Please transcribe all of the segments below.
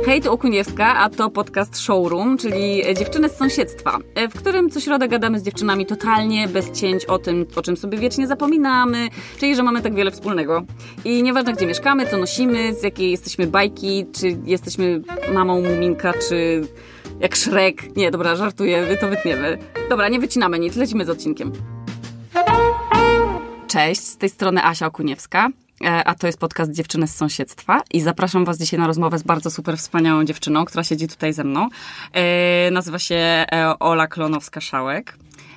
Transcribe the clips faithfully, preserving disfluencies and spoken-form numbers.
Hej, tu Okuniewska, a to podcast Showroom, czyli Dziewczyny z sąsiedztwa, w którym co środę gadamy z dziewczynami totalnie bez cięć o tym, o czym sobie wiecznie zapominamy, czyli że mamy tak wiele wspólnego. I nieważne, gdzie mieszkamy, co nosimy, z jakiej jesteśmy bajki, czy jesteśmy mamą Muminka, czy jak Shrek. Nie, dobra, żartuję, to wytniemy. Dobra, nie wycinamy nic, lecimy z odcinkiem. Cześć, z tej strony Asia Okuniewska. A to jest podcast Dziewczyny z sąsiedztwa i zapraszam was dzisiaj na rozmowę z bardzo super wspaniałą dziewczyną, która siedzi tutaj ze mną. E, nazywa się e, Ola Klonowska-Szałek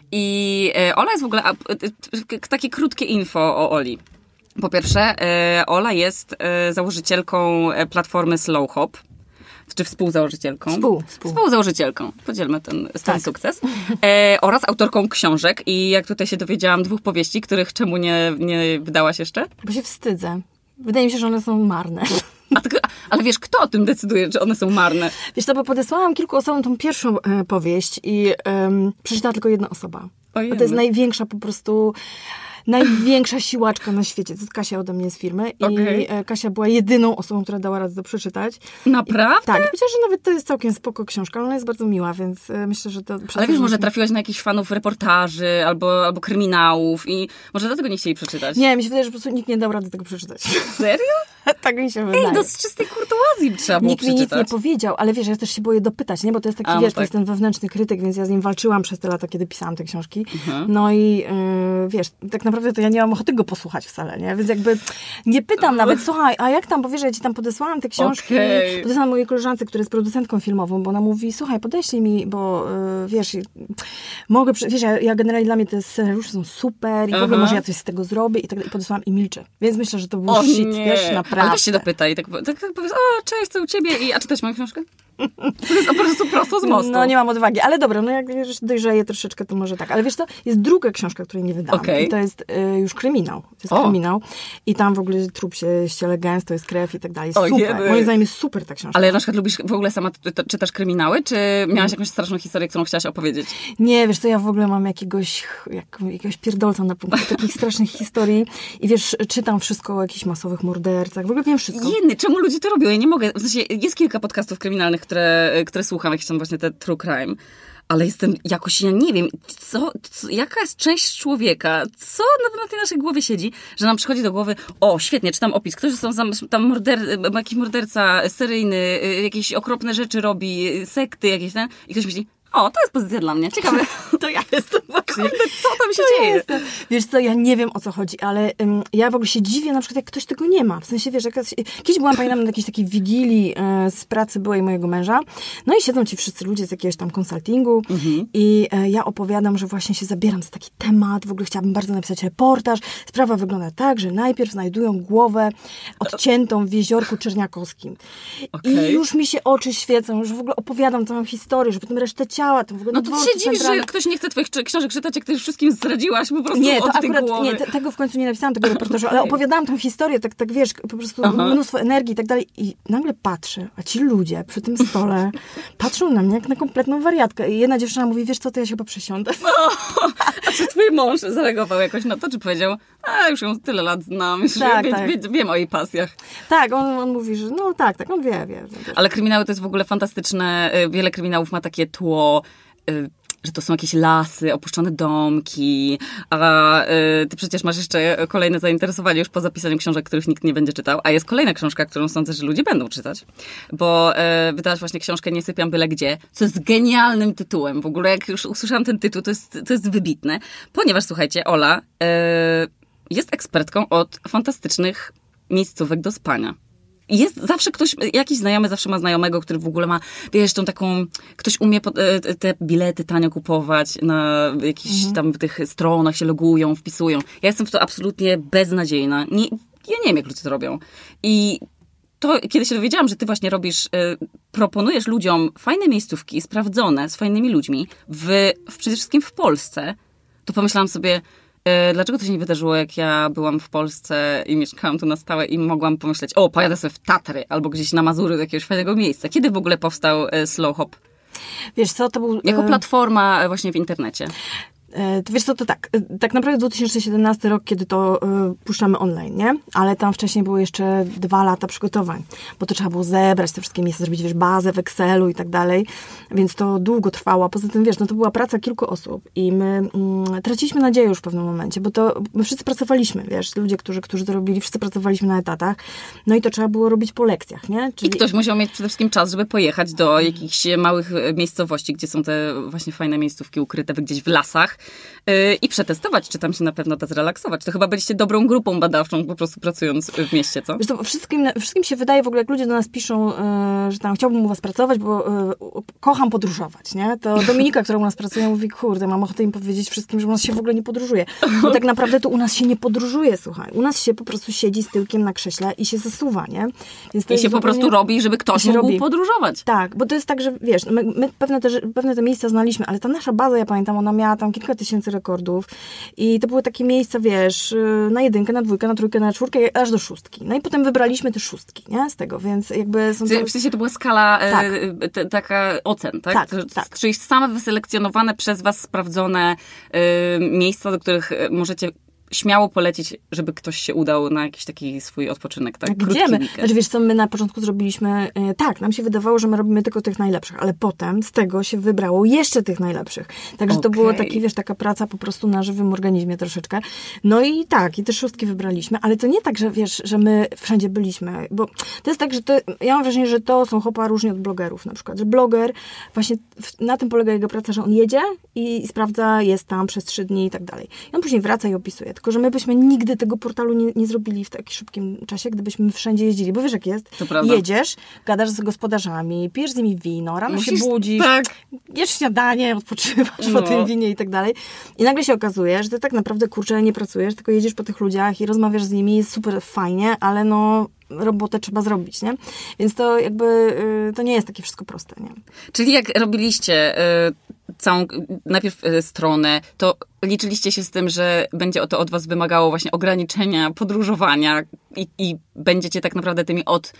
i e, Ola jest w ogóle, a, e, takie krótkie info o Oli. Po pierwsze, e, Ola jest e, założycielką platformy Slow Hop, czy współzałożycielką. Współ, współ. Współzałożycielką. Podzielmy ten, ten tak. sukces. E, oraz autorką książek i jak tutaj się dowiedziałam, dwóch powieści, których czemu nie, nie wydałaś jeszcze? Bo się wstydzę. Wydaje mi się, że one są marne. A tak, ale wiesz, kto o tym decyduje, czy one są marne? Wiesz co, bo podesłałam kilku osobom tą pierwszą e, powieść i um, przeczytała tylko jedna osoba. Bo to jest największa po prostu... Największa siłaczka na świecie. To jest Kasia ode mnie z firmy. I okay. Kasia była jedyną osobą, która dała radę to przeczytać. Naprawdę? I, tak. Chociaż nawet to jest całkiem spoko książka, ale ona jest bardzo miła, więc myślę, że to... Ale wiesz, może trafiłaś na jakichś fanów reportaży albo, albo kryminałów i może dlatego nie chcieli przeczytać. Nie, mi się wydaje, że po prostu nikt nie dał rady tego przeczytać. Serio? Tak mi się wydaje. Ej, no z czystej kurtuazji trzeba było nikt przeczytać. Nikt mi nic nie powiedział, ale wiesz, ja też się boję dopytać, nie? Bo to jest taki, A, wiesz, tak. to jest ten wewnętrzny krytyk, więc ja z nim walczyłam przez te lata, kiedy pisałam te książki. Mhm. No i yy, wiesz, tak naprawdę to ja nie mam ochoty go posłuchać wcale, nie? Więc jakby nie pytam nawet, słuchaj, a jak tam, bo wiesz, ja ci tam podesłałam te książki, okay. podesłałam mojej koleżance, która jest producentką filmową, bo ona mówi, słuchaj, podeślij mi, bo yy, wiesz, mogę, wiesz, ja, ja generalnie dla mnie te scenariusze są super i w ogóle może ja coś z tego zrobię i tak i podesłałam i milczę. Więc myślę, że to był o, shit, nie. wiesz, naprawdę. Ale weź się dopytaj, tak, tak, tak powiedz, o, cześć, co u ciebie? I, a czytać moją książkę? To jest po prostu prosto z mostu. No nie mam odwagi, ale dobra, no jak dojrzeję troszeczkę, to może tak. Ale wiesz co, jest druga książka, której nie wydałam. Okay. I to jest y, już kryminał. To jest o. kryminał. I tam w ogóle trup się ściele gęsto, jest krew i tak dalej. Super. Ojej. Moim zdaniem jest super ta książka. Ale na przykład lubisz w ogóle sama t- t- czytasz kryminały, czy miałaś jakąś straszną historię, którą chciałaś opowiedzieć? Nie, wiesz co, ja w ogóle mam jakiegoś, jak, jakiegoś pierdolca na punkcie takich strasznych historii i wiesz, czytam wszystko o jakichś masowych mordercach. W ogóle wiem wszystko. Jedny, czemu ludzie to robią? Ja nie mogę. W sensie, jest kilka podcastów kryminalnych, które, które słucham, jakieś tam właśnie te true crime. Ale jestem jakoś, ja nie wiem, co, co, jaka jest część człowieka, co na, na tej naszej głowie siedzi, że nam przychodzi do głowy, o, świetnie, czytam opis, ktoś są tam morder, jakiś morderca seryjny, jakieś okropne rzeczy robi, sekty jakieś, ten, i ktoś myśli, o, to jest pozycja dla mnie. Ciekawe. To ja jestem właśnie. Co tam się dzieje? Jestem. Wiesz co, ja nie wiem, o co chodzi, ale um, ja w ogóle się dziwię, na przykład, jak ktoś tego nie ma. W sensie, wiesz, jakaś, kiedyś byłam, pamiętam, na jakiejś takiej wigilii e, z pracy byłej mojego męża. No i siedzą ci wszyscy ludzie z jakiegoś tam konsultingu mhm. i e, ja opowiadam, że właśnie się zabieram za taki temat. W ogóle chciałabym bardzo napisać reportaż. Sprawa wygląda tak, że najpierw znajdują głowę odciętą w jeziorku Czerniakowskim. Okay. I już mi się oczy świecą, już w ogóle opowiadam całą historię, że potem resztę ciała, to w ogóle no to ty się dziwisz, że ktoś nie chce twoich książek czytać, jak ty już wszystkim zdradziłaś po prostu nie, to od tej akurat, głowy. Nie, te, tego w końcu nie napisałam, tego reportażu, ale opowiadałam tą historię, tak, tak wiesz, po prostu Aha. mnóstwo energii i tak dalej. I nagle patrzę, a ci ludzie przy tym stole patrzą na mnie jak na kompletną wariatkę. I jedna dziewczyna mówi, wiesz co, to ja się chyba przesiądę. No, a czy twój mąż zareagował jakoś na to, czy powiedział, a już ją tyle lat znam, już tak, wie, tak. Wie, wiem o jej pasjach. Tak, on, on mówi, że no tak, tak, on wie, wie. wie. Ale kryminały to jest w ogóle fantastyczne, wiele kryminałów ma takie tło, że to są jakieś lasy, opuszczone domki, a y, ty przecież masz jeszcze kolejne zainteresowanie już po zapisaniu książek, których nikt nie będzie czytał, a jest kolejna książka, którą sądzę, że ludzie będą czytać, bo y, wydałaś właśnie książkę Nie sypiam byle gdzie, co jest genialnym tytułem. W ogóle jak już usłyszałam ten tytuł, to jest, to jest wybitne, ponieważ słuchajcie, Ola y, jest ekspertką od fantastycznych miejscówek do spania. Jest zawsze ktoś, jakiś znajomy zawsze ma znajomego, który w ogóle ma, wiesz, tą taką, ktoś umie te bilety tanio kupować na jakichś mhm. tam tych stronach, się logują, wpisują. Ja jestem w to absolutnie beznadziejna. Nie, ja nie wiem, jak ludzie to robią. I to, kiedy się dowiedziałam, że ty właśnie robisz, y, proponujesz ludziom fajne miejscówki, sprawdzone, z fajnymi ludźmi, w, w przede wszystkim w Polsce, to pomyślałam sobie, dlaczego to się nie wydarzyło, jak ja byłam w Polsce i mieszkałam tu na stałe i mogłam pomyśleć, o, pojadę sobie w Tatry albo gdzieś na Mazury do jakiegoś fajnego miejsca. Kiedy w ogóle powstał Slow Hop? Wiesz co, to był... Jako platforma właśnie w internecie. To wiesz co, to tak, tak naprawdę dwa tysiące siedemnasty rok, kiedy to y, puszczamy online, nie? Ale tam wcześniej było jeszcze dwa lata przygotowań, bo to trzeba było zebrać te wszystkie miejsca, zrobić, wiesz, bazę w Excelu i tak dalej, więc to długo trwało. Poza tym, wiesz, no to była praca kilku osób i my mm, traciliśmy nadzieję już w pewnym momencie, bo to my wszyscy pracowaliśmy, wiesz, ludzie, którzy, którzy to robili, wszyscy pracowaliśmy na etatach, no i to trzeba było robić po lekcjach, nie? Czyli... I ktoś musiał mieć przede wszystkim czas, żeby pojechać do jakichś małych miejscowości, gdzie są te właśnie fajne miejscówki ukryte gdzieś w lasach yy, i przetestować, czy tam się na pewno da zrelaksować. To chyba byliście dobrą grupą badawczą, po prostu pracując w mieście, co? Wiesz, to wszystkim, wszystkim się wydaje w ogóle, jak ludzie do nas piszą, yy, że tam chciałbym u was pracować, bo yy, kocham podróżować, nie? To Dominika, która u nas pracuje, mówi, kurde, mam ochotę im powiedzieć wszystkim, że u nas się w ogóle nie podróżuje. Bo tak naprawdę to u nas się nie podróżuje, słuchaj. U nas się po prostu siedzi z tyłkiem na krześle i się zasuwa, nie? Więc to I się zupełnie... po prostu robi, żeby ktoś mógł robi. podróżować. Tak, bo to jest tak, że wiesz, my, my pewne, te, pewne te miejsca znaliśmy, ale ta nasza baza, ja pamiętam, ona miała tam kilka tysięcy rekordów i to były takie miejsca, wiesz, na jedynkę, na dwójkę, na trójkę, na czwórkę, aż do szóstki. No i potem wybraliśmy te szóstki, nie? Z tego, więc jakby... Są to... W sensie to była skala tak. e, t, taka ocen, tak? Tak, to, tak. Czyli same wyselekcjonowane przez was sprawdzone e, miejsca, do których możecie śmiało polecić, żeby ktoś się udał na jakiś taki swój odpoczynek, tak? Gdzie my? Znaczy, wiesz co, my na początku zrobiliśmy, yy, tak, nam się wydawało, że my robimy tylko tych najlepszych, ale potem z tego się wybrało jeszcze tych najlepszych. Także okay. to było taki, wiesz, taka praca po prostu na żywym organizmie troszeczkę. No i tak, i te szóstki wybraliśmy, ale to nie tak, że wiesz, że my wszędzie byliśmy, bo to jest tak, że to, ja mam wrażenie, że to są hopa różnie od blogerów na przykład, że bloger, właśnie na tym polega jego praca, że on jedzie i sprawdza, jest tam przez trzy dni i tak dalej. I on później wraca i opisuje. Tylko że my byśmy nigdy tego portalu nie, nie zrobili w takim szybkim czasie, gdybyśmy wszędzie jeździli. Bo wiesz, jak jest? Jedziesz, gadasz z gospodarzami, pijesz z nimi wino, rano Musisz, się budzisz, tak. jesz śniadanie, odpoczywasz no. po tym winie i tak dalej. I nagle się okazuje, że ty tak naprawdę, kurczę, nie pracujesz, tylko jedziesz po tych ludziach i rozmawiasz z nimi, jest super fajnie, ale no robotę trzeba zrobić, nie? Więc to jakby, y, to nie jest takie wszystko proste, nie? Czyli jak robiliście y, całą, najpierw y, stronę, to liczyliście się z tym, że będzie to od was wymagało właśnie ograniczenia podróżowania i, i będziecie tak naprawdę tymi od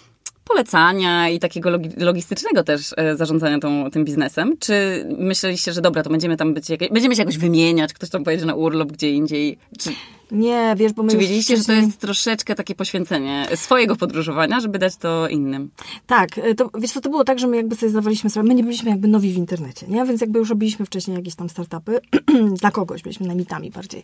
polecania i takiego logi- logistycznego też e, zarządzania tą, tym biznesem? Czy myśleliście, że dobra, to będziemy tam być, jakieś, będziemy się jakoś wymieniać, ktoś tam pojedzie na urlop gdzie indziej? Czy... Nie, wiesz, bo my... Czy wiedzieliście, wcześniej... że to jest troszeczkę takie poświęcenie swojego podróżowania, żeby dać to innym? Tak, to, wiesz co, to było tak, że my jakby sobie zdawaliśmy sprawę, my nie byliśmy jakby nowi w internecie, nie? Więc jakby już robiliśmy wcześniej jakieś tam startupy, dla kogoś, byliśmy najmitami bardziej.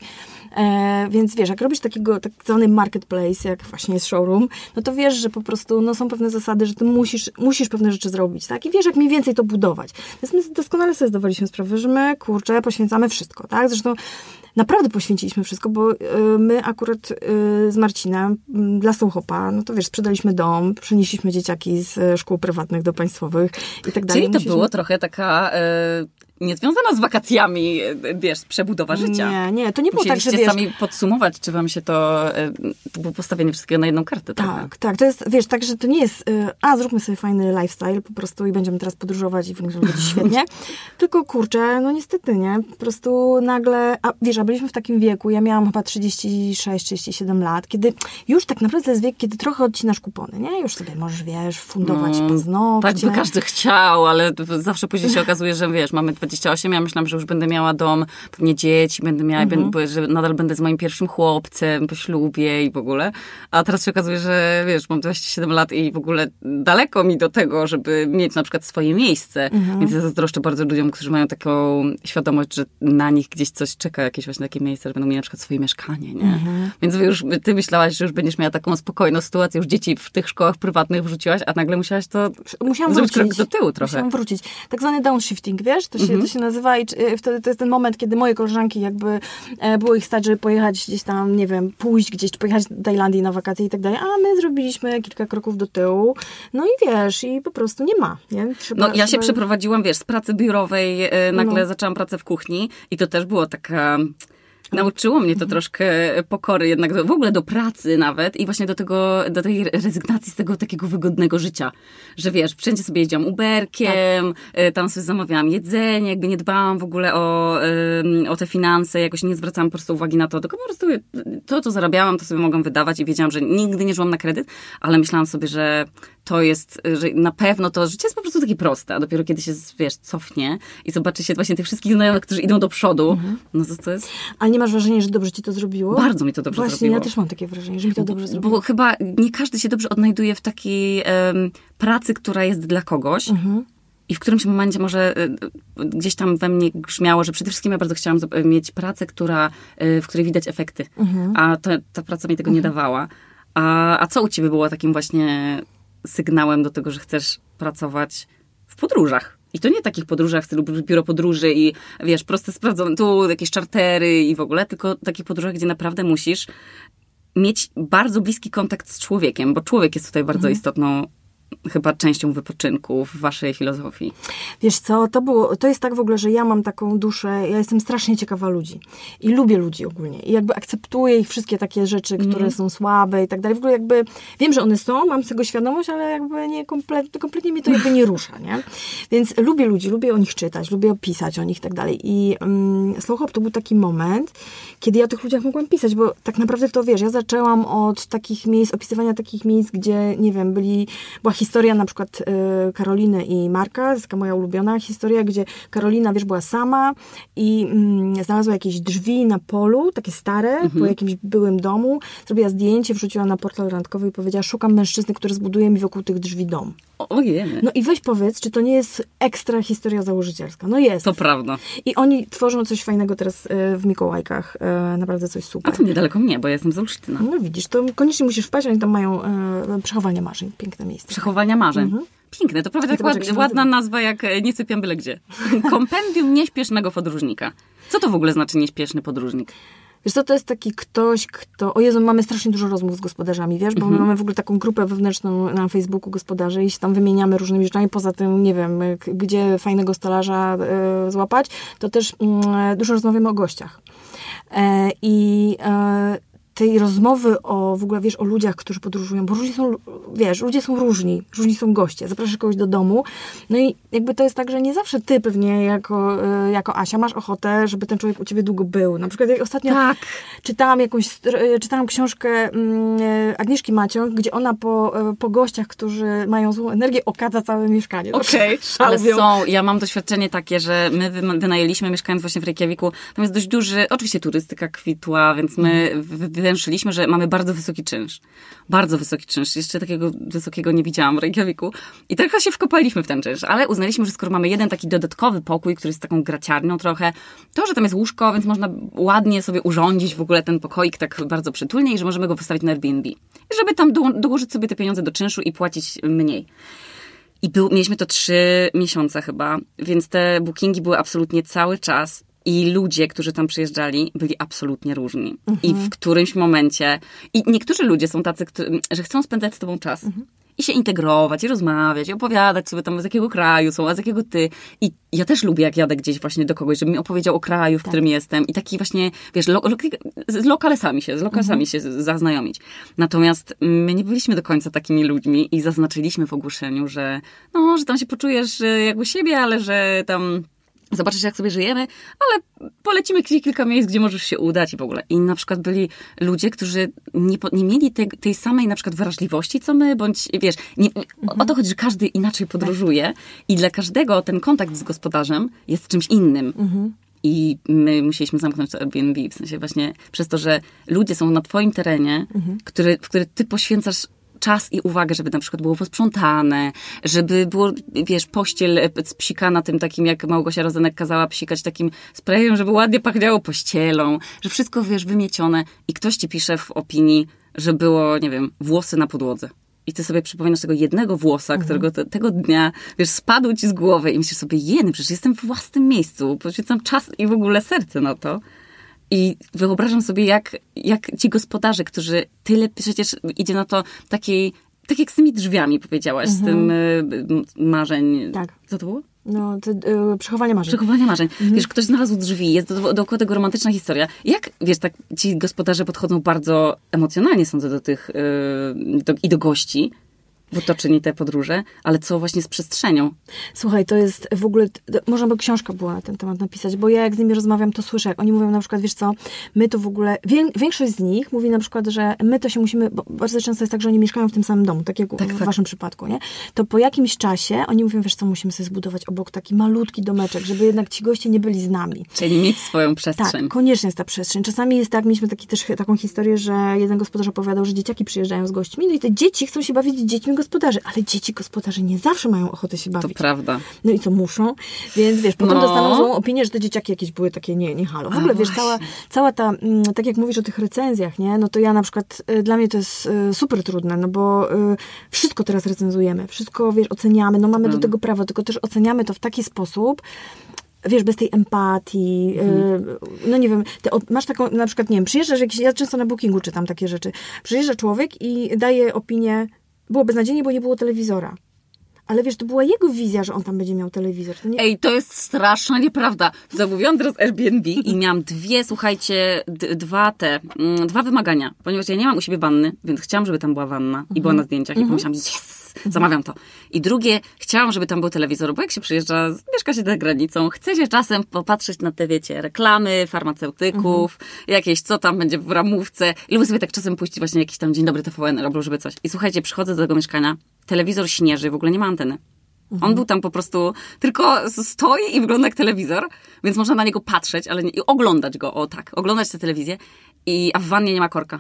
E, więc wiesz, jak robisz takiego tak zwany marketplace, jak właśnie jest showroom, no to wiesz, że po prostu no, są pewne zasady, że ty musisz, musisz pewne rzeczy zrobić, tak? I wiesz, jak mniej więcej to budować. Więc my doskonale sobie zdawaliśmy sprawę, że my, kurczę, poświęcamy wszystko, tak? Zresztą naprawdę poświęciliśmy wszystko, bo y, my akurat y, z Marcinem y, dla Soulhopa, no to wiesz, sprzedaliśmy dom, przenieśliśmy dzieciaki z y, szkół prywatnych do państwowych i tak dalej. Czyli to Musieliśmy... było trochę taka... Y- niezwiązana z wakacjami, wiesz, przebudowa życia. Nie, nie, to nie było tak, że wiesz... sami podsumować, czy wam się to... To było postawienie wszystkiego na jedną kartę. Tak, trochę. tak. To jest, wiesz, tak, że to nie jest a, zróbmy sobie fajny lifestyle po prostu i będziemy teraz podróżować i będzie świetnie. Tylko, kurczę, no niestety, nie? Po prostu nagle... A wiesz, a byliśmy w takim wieku, ja miałam chyba trzydzieści sześć trzydzieści siedem lat, kiedy już tak naprawdę to jest wiek, kiedy trochę odcinasz kupony, nie? Już sobie możesz, wiesz, fundować no, paznokcie. Tak by każdy chciał, ale zawsze później się okazuje, że wiesz, mamy dwadzieścia osiem, ja myślałam, że już będę miała dom, pewnie dzieci, będę miała, mhm. będę, że nadal będę z moim pierwszym chłopcem po ślubie i w ogóle. A teraz się okazuje, że wiesz, mam dwadzieścia siedem lat i w ogóle daleko mi do tego, żeby mieć na przykład swoje miejsce. Mhm. Więc ja zazdroszczę bardzo ludziom, którzy mają taką świadomość, że na nich gdzieś coś czeka, jakieś właśnie takie miejsce, że będą mieli na przykład swoje mieszkanie, nie? Mhm. Więc wy już, ty myślałaś, że już będziesz miała taką spokojną sytuację, już dzieci w tych szkołach prywatnych wrzuciłaś, a nagle musiałaś to Musiałam zrobić wrócić. krok do tyłu trochę. Musiałam wrócić. Tak zwany downshifting, wiesz? To się, mhm. to się nazywa i wtedy to jest ten moment, kiedy moje koleżanki jakby e, było ich stać, żeby pojechać gdzieś tam, nie wiem, pójść gdzieś, czy pojechać do Tajlandii na wakacje i tak dalej, a my zrobiliśmy kilka kroków do tyłu, no i wiesz, i po prostu nie ma, nie? Trzeba, no ja trzeba... się przeprowadziłam, wiesz, z pracy biurowej, e, nagle no. zaczęłam pracę w kuchni i to też było taka... Nauczyło mnie to troszkę pokory jednak do, w ogóle do pracy nawet i właśnie do tego, do tej rezygnacji z tego takiego wygodnego życia, że wiesz, wszędzie sobie jeździłam Uberkiem, tak. tam sobie zamawiałam jedzenie, jakby nie dbałam w ogóle o, o te finanse, jakoś nie zwracałam po prostu uwagi na to, tylko po prostu to, co zarabiałam, to sobie mogłam wydawać i wiedziałam, że nigdy nie żyłam na kredyt, ale myślałam sobie, że to jest, że na pewno to życie jest po prostu takie proste, a dopiero kiedy się, wiesz, cofnie i zobaczy się właśnie tych wszystkich znajomych, którzy idą do przodu, mhm. no to to jest... Ale nie masz wrażenia, że dobrze ci to zrobiło? Bardzo mi to dobrze właśnie, zrobiło. Właśnie, ja też mam takie wrażenie, że mi to dobrze zrobiło. Bo chyba nie każdy się dobrze odnajduje w takiej um, pracy, która jest dla kogoś. Mhm. I w którymś momencie może y, gdzieś tam we mnie grzmiało, że przede wszystkim ja bardzo chciałam mieć pracę, która, y, w której widać efekty. Mhm. A to, ta praca mi tego mhm. nie dawała. A, a co u ciebie było takim właśnie sygnałem do tego, że chcesz pracować w podróżach? I to nie takich podróżach w stylu biuro podróży i wiesz, proste sprawdzone, tu jakieś czartery i w ogóle, tylko takich podróżach, gdzie naprawdę musisz mieć bardzo bliski kontakt z człowiekiem, bo człowiek jest tutaj bardzo mhm. istotną chyba częścią wypoczynku w waszej filozofii. Wiesz co, to było, to jest tak w ogóle, że ja mam taką duszę, ja jestem strasznie ciekawa ludzi i lubię ludzi ogólnie i jakby akceptuję ich wszystkie takie rzeczy, mm. które są słabe i tak dalej. W ogóle jakby wiem, że one są, mam z tego świadomość, ale jakby nie kompletnie, kompletnie mnie to jakby nie rusza, nie? Więc lubię ludzi, lubię o nich czytać, lubię pisać o nich i tak dalej. I um, Slow Hop to był taki moment, kiedy ja o tych ludziach mogłam pisać, bo tak naprawdę to wiesz, ja zaczęłam od takich miejsc, opisywania takich miejsc, gdzie, nie wiem, byli, była historia na przykład y, Karoliny i Marka, to jest taka moja ulubiona historia, gdzie Karolina, wiesz, była sama i mm, znalazła jakieś drzwi na polu, takie stare, mhm. po jakimś byłym domu, zrobiła zdjęcie, wrzuciła na portal randkowy i powiedziała, szukam mężczyzny, który zbuduje mi wokół tych drzwi dom. Ojej. No i weź powiedz, czy to nie jest ekstra historia założycielska? No jest. To prawda. I oni tworzą coś fajnego teraz y, w Mikołajkach. Y, naprawdę coś super. A to niedaleko mnie, bo ja jestem z Olsztyna. No widzisz, to koniecznie musisz wpaść, oni tam mają y, przechowanie marzeń. Piękne miejsce. Przechowania marzeń. Mhm. Piękne, to prawie tak ład, ładna nazwa jak nie sypiam byle gdzie. Kompendium nieśpiesznego podróżnika. Co to w ogóle znaczy nieśpieszny podróżnik? Wiesz co, to jest taki ktoś, kto... O Jezu, mamy strasznie dużo rozmów z gospodarzami, wiesz? Bo mm-hmm. my mamy w ogóle taką grupę wewnętrzną na Facebooku gospodarzy i się tam wymieniamy różnymi rzeczami. Poza tym, nie wiem, gdzie fajnego stolarza y, złapać, to też y, dużo rozmawiamy o gościach. E, I... Y, tej rozmowy o, w ogóle, wiesz, o ludziach, którzy podróżują, bo różni są, wiesz, ludzie są różni, różni są goście, zapraszasz kogoś do domu, no i jakby to jest tak, że nie zawsze ty pewnie jako, jako Asia masz ochotę, żeby ten człowiek u ciebie długo był. Na przykład jak ostatnio tak. czytałam jakąś, czytałam książkę Agnieszki Maciąg, gdzie ona po, po gościach, którzy mają złą energię, okadza całe mieszkanie. Okej, okay. Ale są, ja mam doświadczenie takie, że my wynajęliśmy, mieszkając właśnie w Reykjaviku, tam jest dość duży, oczywiście turystyka kwitła, więc my mm. wywęszyliśmy, że mamy bardzo wysoki czynsz. Bardzo wysoki czynsz. Jeszcze takiego wysokiego nie widziałam w Reykjaviku. I trochę się wkopaliśmy w ten czynsz. Ale uznaliśmy, że skoro mamy jeden taki dodatkowy pokój, który jest taką graciarnią trochę, to, że tam jest łóżko, więc można ładnie sobie urządzić w ogóle ten pokoik tak bardzo przytulnie i że możemy go wystawić na Airbnb. I żeby tam do, dołożyć sobie te pieniądze do czynszu i płacić mniej. I był, mieliśmy to trzy miesiące chyba, więc te bookingi były absolutnie cały czas. I ludzie, którzy tam przyjeżdżali, byli absolutnie różni. Mhm. I w którymś momencie... I niektórzy ludzie są tacy, którzy, że chcą spędzać z tobą czas. Mhm. I się integrować, i rozmawiać, i opowiadać sobie tam, z jakiego kraju są, a z jakiego ty. I ja też lubię, jak jadę gdzieś właśnie do kogoś, żeby mi opowiedział o kraju, w tak. którym jestem. I taki właśnie, wiesz, lo, lo, z lokalesami się, z lokalesami mhm. się zaznajomić. Natomiast my nie byliśmy do końca takimi ludźmi i zaznaczyliśmy w ogłoszeniu, że no, że tam się poczujesz jakby siebie, ale że tam... Zobaczysz, jak sobie żyjemy, ale polecimy kilka miejsc, gdzie możesz się udać i w ogóle. I na przykład byli ludzie, którzy nie, nie mieli te, tej samej na przykład wrażliwości, co my, bądź wiesz, nie, mhm. o to chodzi, że każdy inaczej podróżuje i dla każdego ten kontakt z gospodarzem jest czymś innym. Mhm. I my musieliśmy zamknąć to Airbnb, w sensie właśnie przez to, że ludzie są na twoim terenie, mhm. który, w który ty poświęcasz czas i uwagę, żeby na przykład było posprzątane, żeby było, wiesz, pościel psikana tym takim, jak Małgosia Rozenek kazała psikać takim sprayem, żeby ładnie pachniało pościelą, że wszystko, wiesz, wymiecione i ktoś ci pisze w opinii, że było, nie wiem, włosy na podłodze. I ty sobie przypominasz tego jednego włosa, mhm. którego te, tego dnia, wiesz, spadł ci z głowy i myślisz sobie, jeny, przecież jestem w własnym miejscu, poświęcam czas i w ogóle serce na to. I wyobrażam sobie, jak, jak ci gospodarze, którzy tyle przecież idzie na to takiej, tak jak z tymi drzwiami powiedziałaś, mhm. z tym y, marzeń. Tak. Co to było? No, to, y, przechowanie marzeń. Przechowanie marzeń. Mhm. Wiesz, ktoś znalazł drzwi, jest do, dookoła tego romantyczna historia. Jak, wiesz, tak ci gospodarze podchodzą bardzo emocjonalnie, sądzę, do tych y, do, i do gości. bo to czyni te podróże, ale co właśnie z przestrzenią? Słuchaj, to jest w ogóle, można by książka była na ten temat napisać, bo ja jak z nimi rozmawiam, to słyszę, jak oni mówią na przykład, wiesz co, my to w ogóle, większość z nich mówi na przykład, że my to się musimy, bo bardzo często jest tak, że oni mieszkają w tym samym domu, tak jak tak, w tak. waszym przypadku, nie? To po jakimś czasie oni mówią, wiesz co, musimy sobie zbudować obok taki malutki domeczek, żeby jednak ci goście nie byli z nami. Czyli mieć swoją przestrzeń. Tak, koniecznie jest ta przestrzeń. Czasami jest tak, mieliśmy taki, też taką historię, że jeden gospodarz opowiadał, że dzieciaki przyjeżdżają z gośćmi, no i te dzieci chcą się bawić z dziećmi gospodarzy, ale dzieci gospodarzy nie zawsze mają ochotę się bawić. To prawda. No i co, muszą? Więc wiesz, potem no. dostaną złą opinię, że te dzieciaki jakieś były takie nie, nie halo. W ogóle, A, wiesz, cała, cała ta, tak jak mówisz o tych recenzjach, nie? No to ja na przykład, dla mnie to jest super trudne, no bo wszystko teraz recenzujemy, wszystko, wiesz, oceniamy, no mamy do tego prawo, tylko też oceniamy to w taki sposób, wiesz, bez tej empatii, mhm. no nie wiem, ty masz taką, na przykład, nie wiem, przyjeżdżasz jakiś, ja często na Bookingu czytam takie rzeczy, przyjeżdża człowiek i daje opinię, było beznadziejnie, bo nie było telewizora. Ale wiesz, to była jego wizja, że on tam będzie miał telewizor. To nie... Ej, to jest straszna nieprawda. Zamówiłam teraz Airbnb i miałam dwie, słuchajcie, d- dwa te, mm, dwa wymagania. Ponieważ ja nie mam u siebie wanny, więc chciałam, żeby tam była wanna mhm. i była na zdjęciach mhm. i pomyślałam, yes, zamawiam to. I drugie, chciałam, żeby tam był telewizor, bo jak się przyjeżdża, mieszka się za granicą, chce się czasem popatrzeć na te, wiecie, reklamy farmaceutyków, mhm. jakieś, co tam będzie w ramówce. I lubię sobie tak czasem puścić właśnie jakiś tam Dzień Dobry T V N albo żeby coś. I słuchajcie, przychodzę do tego mieszkania, telewizor śnieży, w ogóle nie ma anteny. Mhm. On był tam po prostu, tylko stoi i wygląda jak telewizor, więc można na niego patrzeć, ale nie, i oglądać go, o tak, oglądać tę telewizję, i, a w wannie nie ma korka.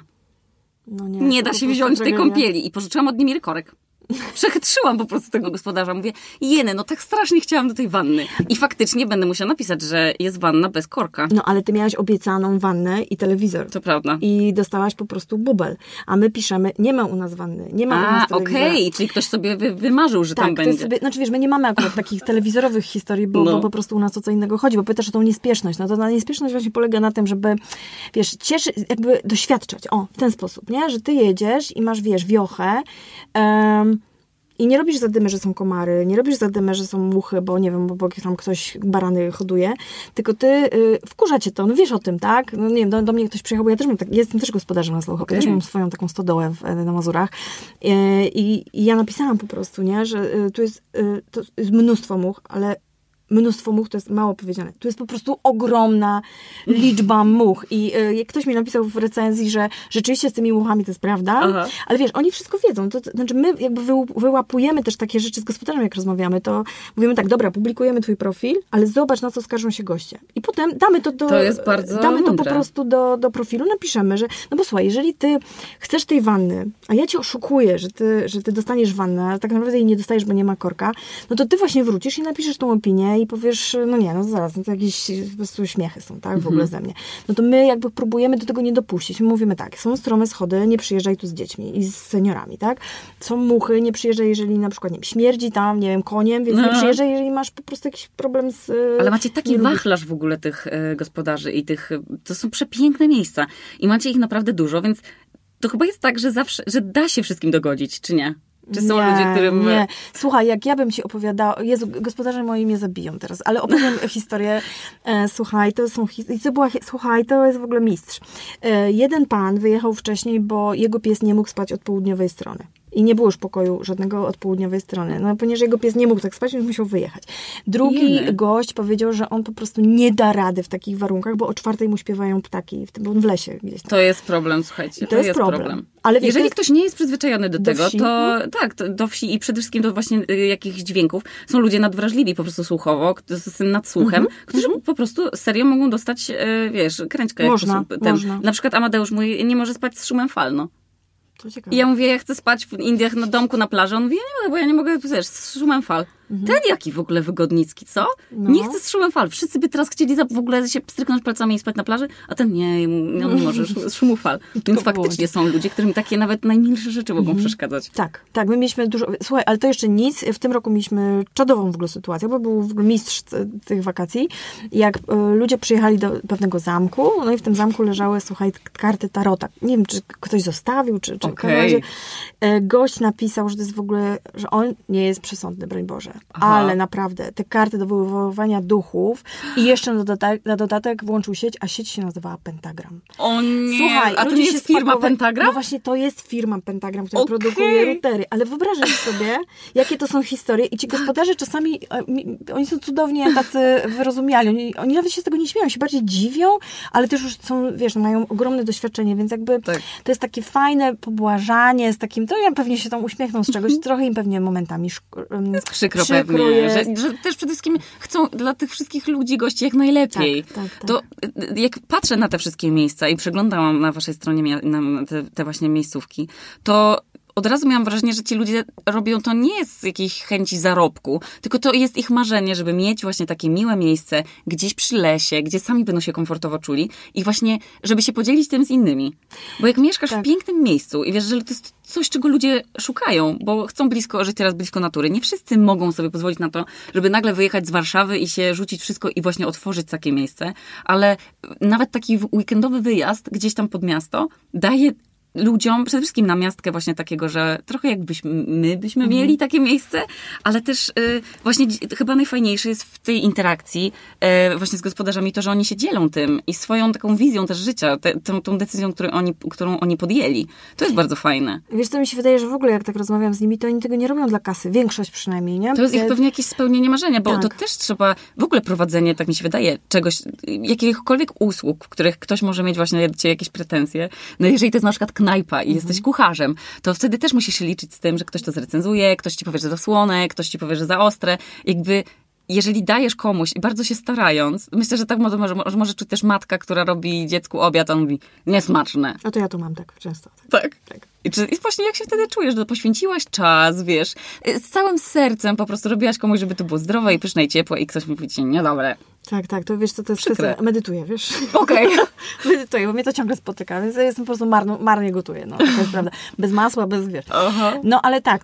No nie, nie da się wziąć tej kąpieli i pożyczyłam od Nimiry korek. Przechytrzyłam po prostu tego gospodarza. Mówię, jeny, no tak strasznie chciałam do tej wanny. I faktycznie będę musiała napisać, że jest wanna bez korka. No ale ty miałaś obiecaną wannę i telewizor. To prawda. I dostałaś po prostu bubel. A my piszemy, nie ma u nas wanny, nie ma A, u nas telewizora. okej, okay. Czyli ktoś sobie wy, wymarzył, że tak, tam będzie. Sobie, znaczy wiesz, my nie mamy akurat takich telewizorowych historii, bo, no. bo po prostu u nas o co innego chodzi, bo pytasz o tą niespieszność. No to ta niespieszność właśnie polega na tym, żeby, wiesz, cieszy, jakby doświadczać. O, w ten sposób, nie? Że ty jedziesz i masz, wiesz, wiochę, um, i nie robisz zadymy, że są komary, nie robisz zadymy, że są muchy, bo nie wiem, bo, bo tam ktoś barany hoduje, tylko ty, y, wkurza cię to, no wiesz o tym, tak? No nie wiem, do, do mnie ktoś przyjechał, bo ja też mam tak, jestem też gospodarzem na Slow Hopie, okay. też mam swoją taką stodołę w, na Mazurach y, i, i ja napisałam po prostu, nie, że y, tu jest, y, to jest mnóstwo much, ale mnóstwo much to jest mało powiedziane. Tu jest po prostu ogromna liczba much. I y, ktoś mi napisał w recenzji, że rzeczywiście z tymi muchami to jest prawda, Aha. ale wiesz, oni wszystko wiedzą. To, to znaczy my jakby wy, wyłapujemy też takie rzeczy z gospodarzem, jak rozmawiamy, to mówimy tak, dobra, publikujemy twój profil, ale zobacz, na co skarżą się goście. I potem damy to do... To jest bardzo Damy mądre. to po prostu do, do profilu, napiszemy, że no bo słuchaj, jeżeli ty chcesz tej wanny, a ja cię oszukuję, że ty, że ty dostaniesz wannę, a tak naprawdę jej nie dostajesz, bo nie ma korka, no to ty właśnie wrócisz i napiszesz tą opinię i powiesz, no nie, no zaraz, no to jakieś po prostu śmiechy są, tak, w ogóle ze mnie. No to my jakby próbujemy do tego nie dopuścić. My mówimy tak, są strome schody, nie przyjeżdżaj tu z dziećmi i z seniorami, tak? Są muchy, nie przyjeżdżaj, jeżeli na przykład, nie wiem, śmierdzi tam, nie wiem, koniem, więc no. nie przyjeżdżaj, jeżeli masz po prostu jakiś problem z... Ale macie taki wachlarz w ogóle tych y, gospodarzy i tych, to są przepiękne miejsca i macie ich naprawdę dużo, więc to chyba jest tak, że zawsze, że da się wszystkim dogodzić, czy nie? Czy są nie, ludzie, którym... Nie, słuchaj, jak ja bym ci opowiadała... Jezu, gospodarze moi mnie zabiją teraz, ale opowiem historię. E, słuchaj, to są... To była, słuchaj, to jest w ogóle mistrz. E, jeden pan wyjechał wcześniej, bo jego pies nie mógł spać od południowej strony. I nie było już pokoju żadnego od południowej strony. No, ponieważ jego pies nie mógł tak spać, więc musiał wyjechać. Drugi Jene. gość powiedział, że on po prostu nie da rady w takich warunkach, bo o czwartej mu śpiewają ptaki, bo on w lesie gdzieś tam. To jest problem, słuchajcie. To, to jest, jest problem. problem. Ale wiesz, jeżeli jest... ktoś nie jest przyzwyczajony do, do tego, wsi? to tak, to do wsi i przede wszystkim do właśnie y, jakichś dźwięków. Są ludzie nadwrażliwi po prostu słuchowo, z tym nadsłuchem, mm-hmm. którzy mm-hmm. po prostu serio mogą dostać, y, wiesz, kręćkę. Można, ten. można. Na przykład Amadeusz mój nie może spać z szumem fal, no. I ja mówię, ja chcę spać w Indiach na domku na plaży. On mówi, ja nie mogę, bo ja nie mogę, wiesz, z szumem fal. Mhm. Ten jaki w ogóle wygodnicki, co? No. Nie chce z szumem fal. Wszyscy by teraz chcieli w ogóle się stryknąć palcami i spać na plaży, a ten nie, nie, nie może z szumu fal. Więc faktycznie są ludzie, którym takie nawet najmilsze rzeczy mogą mhm. przeszkadzać. Tak, tak. My mieliśmy dużo... Słuchaj, ale to jeszcze nic. W tym roku mieliśmy czadową w ogóle sytuację, bo był w ogóle mistrz tych wakacji. Jak y, ludzie przyjechali do pewnego zamku, no i w tym zamku leżały, słuchaj, karty tarota. Nie wiem, czy ktoś zostawił, czy... czy okay. y, gość napisał, że to jest w ogóle, że on nie jest przesądny, broń Boże. Aha. ale naprawdę, te karty do wywoływania duchów i jeszcze na dodatek, na dodatek włączył sieć, a sieć się nazywała Pentagram. O nie, Słuchaj, a to nie jest firma Pentagram? No właśnie, to jest firma Pentagram, która okay. produkuje routery, ale wyobrażasz sobie, jakie to są historie i ci gospodarze czasami, oni są cudownie tacy wyrozumiali, oni, oni nawet się z tego nie śmieją, się bardziej dziwią, ale też już są, wiesz, mają ogromne doświadczenie, więc jakby tak. to jest takie fajne pobłażanie z takim, to ja pewnie się tam uśmiechną z czegoś, trochę im pewnie momentami szk- jest przykro, przykro pewnie, jest. Że, że też przede wszystkim chcą dla tych wszystkich ludzi, gości jak najlepiej. Tak, tak, tak. To jak patrzę na te wszystkie miejsca i przeglądałam na waszej stronie na te, te właśnie miejscówki, to od razu miałam wrażenie, że ci ludzie robią to nie z jakiejś chęci zarobku, tylko to jest ich marzenie, żeby mieć właśnie takie miłe miejsce gdzieś przy lesie, gdzie sami będą się komfortowo czuli i właśnie, żeby się podzielić tym z innymi. Bo jak mieszkasz tak. w pięknym miejscu i wiesz, że to jest coś, czego ludzie szukają, bo chcą blisko żyć teraz blisko natury. Nie wszyscy mogą sobie pozwolić na to, żeby nagle wyjechać z Warszawy i się rzucić wszystko i właśnie otworzyć takie miejsce, ale nawet taki weekendowy wyjazd gdzieś tam pod miasto daje ludziom, przede wszystkim na miastkę właśnie takiego, że trochę jakbyśmy my byśmy mhm. mieli takie miejsce, ale też y, właśnie chyba najfajniejsze jest w tej interakcji y, właśnie z gospodarzami to, że oni się dzielą tym i swoją taką wizją też życia, te, tą, tą decyzją, którą oni, którą oni podjęli. To jest bardzo fajne. Wiesz, co mi się wydaje, że w ogóle jak tak rozmawiam z nimi, to oni tego nie robią dla kasy. Większość przynajmniej, nie? To jest ich pewnie jakieś spełnienie marzenia, bo tak. to też trzeba, w ogóle prowadzenie, tak mi się wydaje, czegoś, jakichkolwiek usług, w których ktoś może mieć właśnie do ciebie jakieś pretensje. No jeżeli to jest na przykład knajpa i mhm. jesteś kucharzem, to wtedy też musisz się liczyć z tym, że ktoś to zrecenzuje, ktoś ci powie, że za słone, ktoś ci powie, że za ostre. Jakby jeżeli dajesz komuś i bardzo się starając, myślę, że tak może, może, może czuć też matka, która robi dziecku obiad, a on mówi, niesmaczne. A to ja to mam tak często. Tak? Tak. I, czy, I właśnie jak się wtedy czujesz, że poświęciłaś czas, wiesz, z całym sercem po prostu robiłaś komuś, żeby to było zdrowe i pyszne i ciepłe i ktoś mówi ci, niedobre. Tak, tak, to wiesz co, to jest kwestia, medytuję, wiesz. Okej. Okay. Medytuję, bo mnie to ciągle spotyka, więc ja jestem po prostu marno, marnie gotuję, no, to jest prawda. Bez masła, bez, wiesz. Aha. No, ale tak,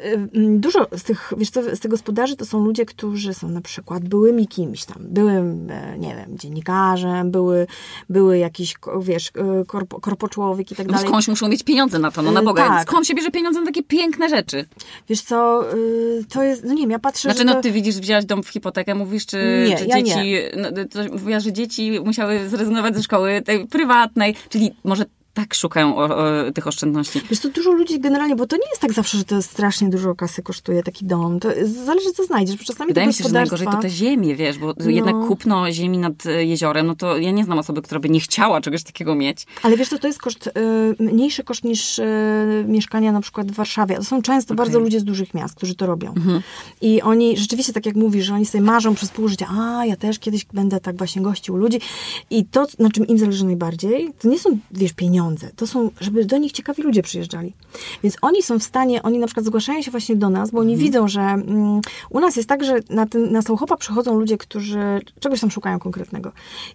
dużo z tych, wiesz co, z tych gospodarzy to są ludzie, którzy są na przykład byłymi kimś tam, byłym, nie wiem, dziennikarzem, były, były jakiś, wiesz, korpo, korpoczłowiek i tak dalej. No skądś muszą mieć pieniądze na to, no na Boga. Tak. Skąd się bierze pieniądze na takie piękne rzeczy? Wiesz co, to jest, no nie wiem, ja patrzę, Znaczy, że no to... ty widzisz, wzięłaś dom w hipotekę, mówisz, czy, nie, czy ja dzieci... Nie. No, to mówiła, że dzieci musiały zrezygnować ze szkoły tej prywatnej, czyli może tak szukają o, o, tych oszczędności. Wiesz, to dużo ludzi generalnie, bo to nie jest tak zawsze, że to strasznie dużo kasy kosztuje taki dom. To zależy, co znajdziesz. Bo czasami Wydaje mi się, że najgorzej to te ziemie, wiesz, bo no. jednak kupno ziemi nad jeziorem, no to ja nie znam osoby, która by nie chciała czegoś takiego mieć. Ale wiesz co, to jest koszt, y, mniejszy koszt niż y, mieszkania na przykład w Warszawie. To są często okay. bardzo ludzie z dużych miast, którzy to robią. Mhm. I oni rzeczywiście, tak jak mówisz, że oni sobie marzą przez pół życia, a ja też kiedyś będę tak właśnie gościł ludzi. I to, na czym im zależy najbardziej, to nie są, wiesz, pieniądze. To są, żeby do nich ciekawi ludzie przyjeżdżali. Więc oni są w stanie, oni na przykład zgłaszają się właśnie do nas, bo oni mhm. widzą, że mm, u nas jest tak, że na, ten, na Sołchopa przychodzą ludzie, którzy czegoś tam szukają konkretnego.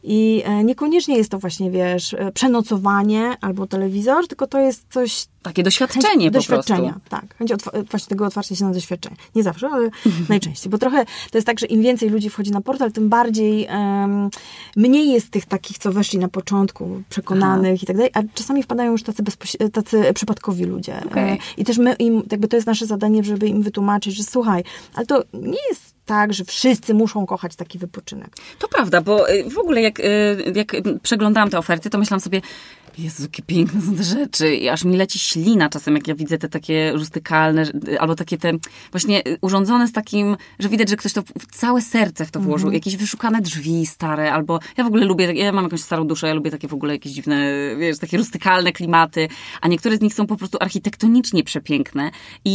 I e, niekoniecznie jest to właśnie, wiesz, przenocowanie albo telewizor, tylko to jest coś... Takie doświadczenie po doświadczenia, prostu. Tak. Chęć otw- właśnie tego otwarcia się na doświadczenie. Nie zawsze, ale najczęściej. Bo trochę to jest tak, że im więcej ludzi wchodzi na portal, tym bardziej um, mniej jest tych takich, co weszli na początku, przekonanych Aha. i tak dalej, a czasami wpadają już tacy, bezpoś- tacy przypadkowi ludzie. Okay. I też my im, jakby to jest nasze zadanie, żeby im wytłumaczyć, że słuchaj, ale to nie jest tak, że wszyscy muszą kochać taki wypoczynek. To prawda, bo w ogóle jak, jak przeglądałam te oferty, to myślałam sobie, Jezu, jakie piękne są te rzeczy. I aż mi leci ślina czasem, jak ja widzę te takie rustykalne, albo takie te właśnie urządzone z takim, że widać, że ktoś to całe serce w to włożył. Mm-hmm. Jakieś wyszukane drzwi stare, albo ja w ogóle lubię, ja mam jakąś starą duszę, ja lubię takie w ogóle jakieś dziwne, wiesz, takie rustykalne klimaty, a niektóre z nich są po prostu architektonicznie przepiękne.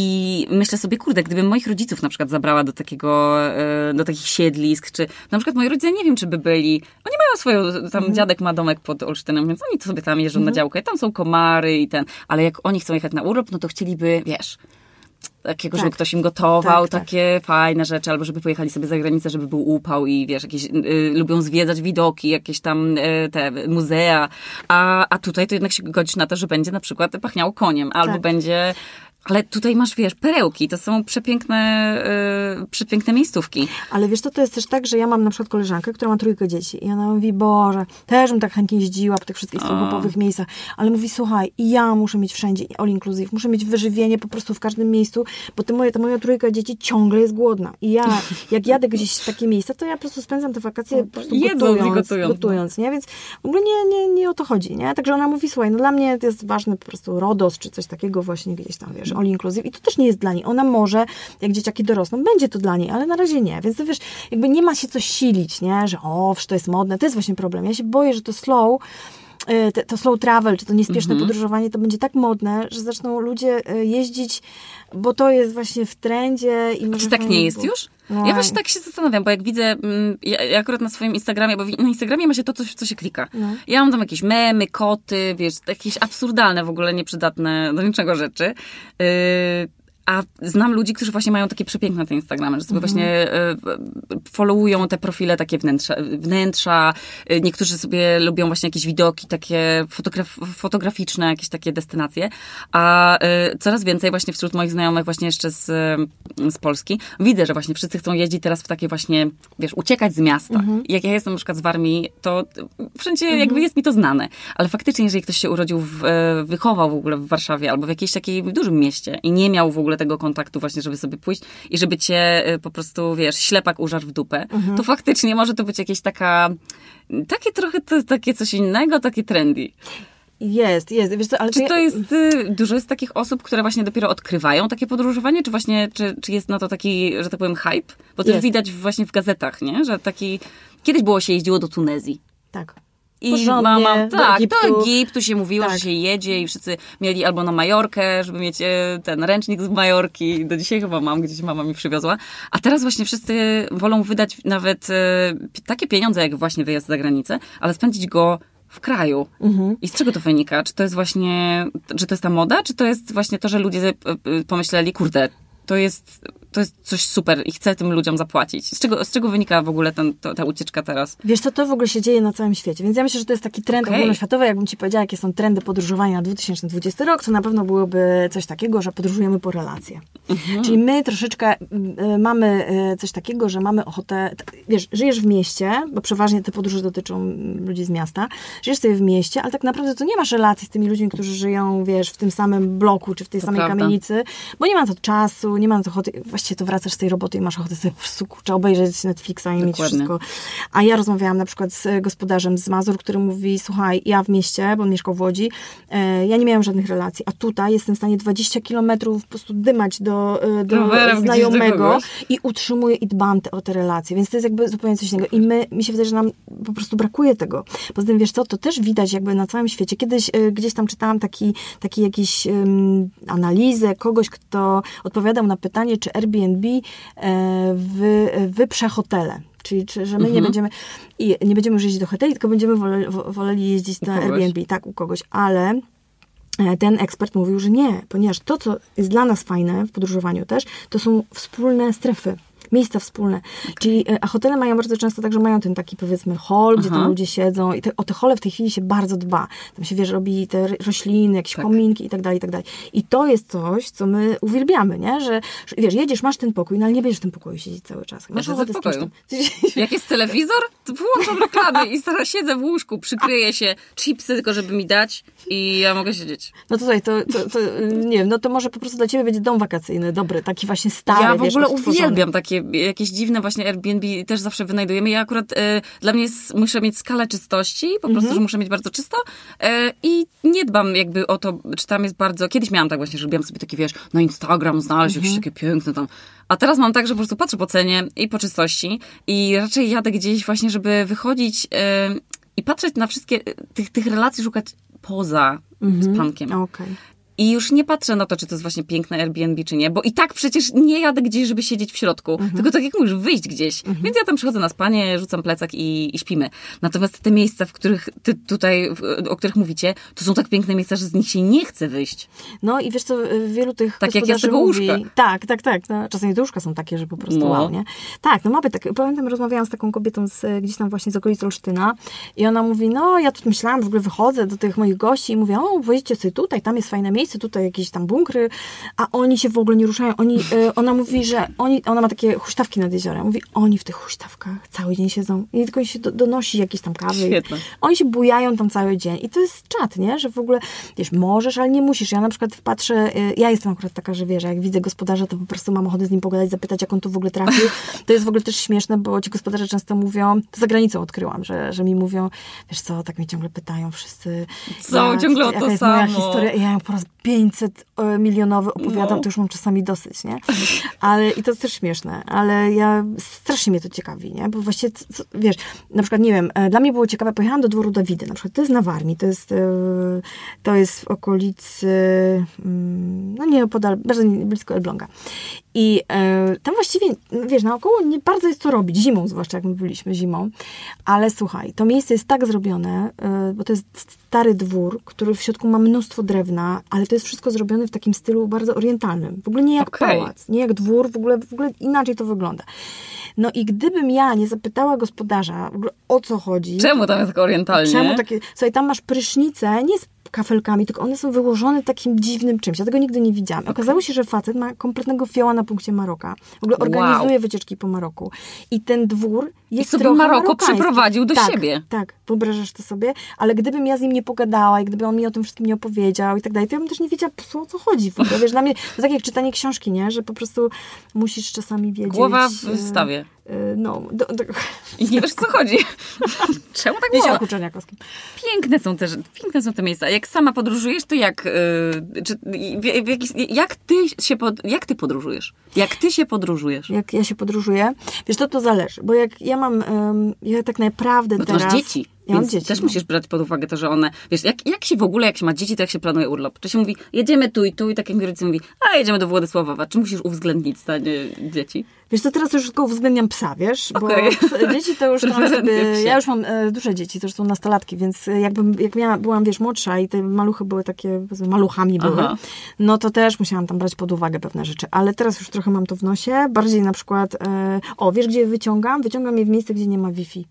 I myślę sobie, kurde, gdybym moich rodziców na przykład zabrała do takiego, do takich siedlisk, czy na przykład moi rodzice, nie wiem, czy by byli, oni mają swoją, tam mm-hmm. dziadek ma domek pod Olsztynem, więc oni to sobie tam jeżdżą mm-hmm. na działkę, tam są komary i ten, ale jak oni chcą jechać na urlop, no to chcieliby, wiesz, takiego, tak. żeby ktoś im gotował, tak, takie tak. fajne rzeczy, albo żeby pojechali sobie za granicę, żeby był upał i wiesz, jakieś, y, lubią zwiedzać widoki, jakieś tam y, te muzea, a, a tutaj to jednak się godzisz na to, że będzie na przykład pachniało koniem, albo tak. będzie Ale tutaj masz, wiesz, perełki, to są przepiękne, yy, przepiękne miejscówki. Ale wiesz, to, to jest też tak, że ja mam na przykład koleżankę, która ma trójkę dzieci i ona mówi, Boże, też bym tak chętnie jeździła po tych wszystkich stylopowych miejscach, ale mówi, słuchaj, i ja muszę mieć wszędzie all inclusive, muszę mieć wyżywienie po prostu w każdym miejscu, bo to moje, ta moja trójka dzieci ciągle jest głodna. I ja, jak jadę gdzieś w takie miejsca, to ja po prostu spędzam te wakacje po prostu gotując, gotując, gotując, nie? Więc w ogóle nie, nie, nie o to chodzi, nie? Także ona mówi, słuchaj, no dla mnie to jest ważne po prostu RODOS, czy coś takiego właśnie gdzieś tam, wiesz, all inclusive i to też nie jest dla niej. Ona może, jak dzieciaki dorosną, będzie to dla niej, ale na razie nie. Więc to wiesz, jakby nie ma się co silić, nie? Że o, to jest modne. To jest właśnie problem. Ja się boję, że to slow, to slow travel, czy to niespieszne mhm. podróżowanie, to będzie tak modne, że zaczną ludzie jeździć, bo to jest właśnie w trendzie. I może czy tak nie jest bo... już? No. Ja właśnie tak się zastanawiam, bo jak widzę, ja, ja akurat na swoim Instagramie, bo na Instagramie ma się to, co, co się klika. No. Ja mam tam jakieś memy, koty, wiesz, jakieś absurdalne, w ogóle nieprzydatne do niczego rzeczy. Yy, A znam ludzi, którzy właśnie mają takie przepiękne te Instagramy, że sobie mm-hmm. właśnie y, followują te profile takie wnętrza, wnętrza. Y, niektórzy sobie lubią właśnie jakieś widoki takie fotograf- fotograficzne, jakieś takie destynacje. A y, coraz więcej właśnie wśród moich znajomych właśnie jeszcze z, y, z Polski widzę, że właśnie wszyscy chcą jeździć teraz w takie właśnie, wiesz, uciekać z miasta. Mm-hmm. I jak ja jestem na przykład z Warmii, to wszędzie mm-hmm. jakby jest mi to znane. Ale faktycznie, jeżeli ktoś się urodził, w, wychował w ogóle w Warszawie albo w jakimś takim dużym mieście i nie miał w ogóle tego kontaktu właśnie, żeby sobie pójść i żeby cię po prostu, wiesz, ślepak użarł w dupę, mhm. to faktycznie może to być jakieś taka, takie trochę, to, takie coś innego, takie trendy. Jest, jest. Wiesz co, ale czy to jest, dużo jest takich osób, które właśnie dopiero odkrywają takie podróżowanie, czy właśnie, czy, czy jest na to taki, że tak powiem, hype? Bo to już widać właśnie w gazetach, nie? Że taki, kiedyś było się jeździło do Tunezji. Tak. I porządnie, mama, tak, Egiptu. do Egiptu się mówiło, tak. że się jedzie i wszyscy mieli albo na Majorkę, żeby mieć ten ręcznik z Majorki. Do dzisiaj chyba mam, gdzieś mama mi przywiozła. A teraz właśnie wszyscy wolą wydać nawet e, takie pieniądze, jak właśnie wyjazd za granicę, ale spędzić go w kraju. Mhm. I z czego to wynika? Czy to jest właśnie, że to jest ta moda, czy to jest właśnie to, że ludzie pomyśleli, kurde, to jest, to jest coś super i chcę tym ludziom zapłacić. Z czego, z czego wynika w ogóle ten, to, ta ucieczka teraz? Wiesz co, to w ogóle się dzieje na całym świecie. Więc ja myślę, że to jest taki trend okay. ogólnoświatowy. Jakbym ci powiedziała, jakie są trendy podróżowania na dwa tysiące dwudziesty rok, to na pewno byłoby coś takiego, że podróżujemy po relacje. Mhm. Czyli my troszeczkę y, mamy y, coś takiego, że mamy ochotę... Wiesz, żyjesz w mieście, bo przeważnie te podróże dotyczą ludzi z miasta. Żyjesz sobie w mieście, ale tak naprawdę to nie masz relacji z tymi ludźmi, którzy żyją, wiesz, w tym samym bloku, czy w tej to samej prawda. kamienicy, bo nie ma to czasu, nie ma na to ochoty. Właściwie to wracasz z tej roboty i masz ochotę sobie po prostu kurczę, obejrzeć Netflixa i Dokładnie. mieć wszystko. A ja rozmawiałam na przykład z gospodarzem z Mazur, który mówi, słuchaj, ja w mieście, bo on mieszkał w Łodzi, e, ja nie miałam żadnych relacji, a tutaj jestem w stanie dwadzieścia kilometrów po prostu dymać do, do Rowerem znajomego do i utrzymuję i dbam te, o te relacje. Więc to jest jakby zupełnie coś innego. I my, mi się wydaje, że nam po prostu brakuje tego. Poza tym, wiesz co, to też widać jakby na całym świecie. Kiedyś e, gdzieś tam czytałam taki, taki jakiś um, analizę kogoś, kto odpowiadał na pytanie, czy Airbnb e, wy, wyprze hotele. Czyli, czy, że my mhm. nie będziemy i nie będziemy już jeździć do hoteli, tylko będziemy woleli, woleli jeździć na Airbnb, tak, u kogoś. Ale ten ekspert mówił, że nie, ponieważ to, co jest dla nas fajne w podróżowaniu też, to są wspólne strefy. Miejsca wspólne. Okay. Czyli, a hotele mają bardzo często tak, że mają ten taki, powiedzmy, hol, gdzie tam ludzie siedzą i te, o te hole w tej chwili się bardzo dba. Tam się, wiesz, robi te rośliny, jakieś tak. kominki i tak dalej, i tak dalej. I to jest coś, co my uwielbiamy, nie? Że, że wiesz, jedziesz, masz ten pokój, no ale nie będziesz w tym pokoju siedzieć cały czas. Masz ochotę z kimś tam. Jak jest telewizor, to włączam reklamy i zaraz siedzę w łóżku, przykryję się, chipsy tylko, żeby mi dać i ja mogę siedzieć. No to słuchaj, to, to, to nie wiem, no to może po prostu dla ciebie będzie dom wakacyjny, dobry, taki właśnie stary, Ja w wiesz, ogóle uwielbiam takie jakieś dziwne właśnie Airbnb też zawsze wynajdujemy. Ja akurat, y, dla mnie jest, muszę mieć skalę czystości, po prostu, mm-hmm. że muszę mieć bardzo czysto y, i nie dbam jakby o to, czy tam jest bardzo... Kiedyś miałam tak właśnie, że robiłam sobie takie, wiesz, na Instagram znaleźć mm-hmm. jakieś takie piękne tam. A teraz mam tak, że po prostu patrzę po cenie i po czystości i raczej jadę gdzieś właśnie, żeby wychodzić y, i patrzeć na wszystkie, tych, tych relacji szukać poza mm-hmm. spankiem. Okay. I już nie patrzę na to, czy to jest właśnie piękne Airbnb, czy nie, bo i tak przecież nie jadę gdzieś, żeby siedzieć w środku, mhm. tylko tak jak mówisz, wyjść gdzieś. Mhm. Więc ja tam przychodzę na spanie, rzucam plecak i, i śpimy. Natomiast te miejsca, w których ty tutaj, o których mówicie, to są tak piękne miejsca, że z nich się nie chce wyjść. No i wiesz co, wielu tych tak jak ja z tego mówi, łóżka. Tak, tak, tak. No, czasami te łóżka są takie, że po prostu no. wow, nie? Tak, no mamy tak. Pamiętam, rozmawiałam z taką kobietą z, gdzieś tam właśnie z okolicy Olsztyna i ona mówi, no ja tu myślałam, w ogóle wychodzę do tych moich gości i mówię, o, pojedziecie sobie tutaj, tam jest fajne miejsce. miejsce, tutaj jakieś tam bunkry, a oni się w ogóle nie ruszają. Oni, y, ona mówi, że oni, ona ma takie huśtawki nad jeziorem. Mówi, oni w tych huśtawkach cały dzień siedzą i tylko się do, donosi jakieś tam kawy. Świetne. Oni się bujają tam cały dzień. I to jest czat, nie? Że w ogóle, wiesz, możesz, ale nie musisz. Ja na przykład patrzę, y, ja jestem akurat taka, że wiesz, jak widzę gospodarza, to po prostu mam ochotę z nim pogadać, zapytać, jak on tu w ogóle trafił. To jest w ogóle też śmieszne, bo ci gospodarze często mówią, to za granicą odkryłam, że, że mi mówią, wiesz co, tak mnie ciągle pytają wszyscy. Co, ja, ciągle o jaka to jest samo. moja historia i ja ją po raz pięćset milionowy opowiadam, No. to już mam czasami dosyć, nie? Ale i to jest też śmieszne, ale ja, strasznie mnie to ciekawi, nie? Bo właściwie, co, wiesz, na przykład, nie wiem, dla mnie było ciekawe, pojechałam do dworu Dawidy, na przykład, to jest na Warmii, to jest, to jest w okolicy, no nie, podal, bardzo blisko Elbląga. I e, tam właściwie, wiesz, naokoło nie bardzo jest co robić, zimą zwłaszcza, jak my byliśmy zimą, ale słuchaj, to miejsce jest tak zrobione, e, bo to jest stary dwór, który w środku ma mnóstwo drewna, ale to jest wszystko zrobione w takim stylu bardzo orientalnym. W ogóle nie jak Okay. pałac, nie jak dwór, w ogóle, w ogóle inaczej to wygląda. No i gdybym ja nie zapytała gospodarza, w ogóle o co chodzi... Czemu tam jest tak orientalnie? Czemu takie... Słuchaj, tam masz prysznice, nie z kafelkami, tylko one są wyłożone takim dziwnym czymś. Ja tego nigdy nie widziałam. Okay. Okazało się, że facet ma kompletnego fioła na punkcie Maroka. W ogóle organizuje wow. wycieczki po Maroku. I ten dwór jest I sobie trochę Maroko marokański. przyprowadził do tak, siebie. Tak, wyobrażasz to sobie? Ale gdybym ja z nim nie pogadała i gdyby on mi o tym wszystkim nie opowiedział i tak dalej, to ja bym też nie wiedziała, o co chodzi. W ogóle. Wiesz, dla mnie to tak jak czytanie książki, nie? Że po prostu musisz czasami wiedzieć... Głowa w stawie. No, do, do... I nie wiesz, co chodzi. Czemu tak było? Wiedziałku Czerniakowskim. Piękne są, te, piękne są te miejsca. Jak sama podróżujesz, to jak, yy, czy, w, w jakiś, jak, ty się pod, jak ty podróżujesz? Jak ty się podróżujesz? Jak ja się podróżuję? Wiesz, to to zależy, bo jak ja mam, um, ja tak naprawdę no to teraz... masz dzieci. Ja Więc mam dzieci, też no. musisz brać pod uwagę to, że one, wiesz, jak, jak się w ogóle, jak się ma dzieci, to jak się planuje urlop? Czy się mówi, jedziemy tu i tu i tak jak mi rodzice mówi, a jedziemy do Władysławowa. Czy musisz uwzględnić stanie dzieci? Wiesz, to teraz już tylko uwzględniam psa, wiesz, Okay. bo dzieci to już tam sobie, ja już mam e, duże dzieci, to już są nastolatki, więc jakbym, jak miała, byłam, wiesz, młodsza i te maluchy były takie, maluchami były, Aha. no to też musiałam tam brać pod uwagę pewne rzeczy, ale teraz już trochę mam to w nosie, bardziej na przykład, e, o, wiesz, gdzie je wyciągam? Wyciągam je w miejsce, gdzie nie ma Wi-Fi.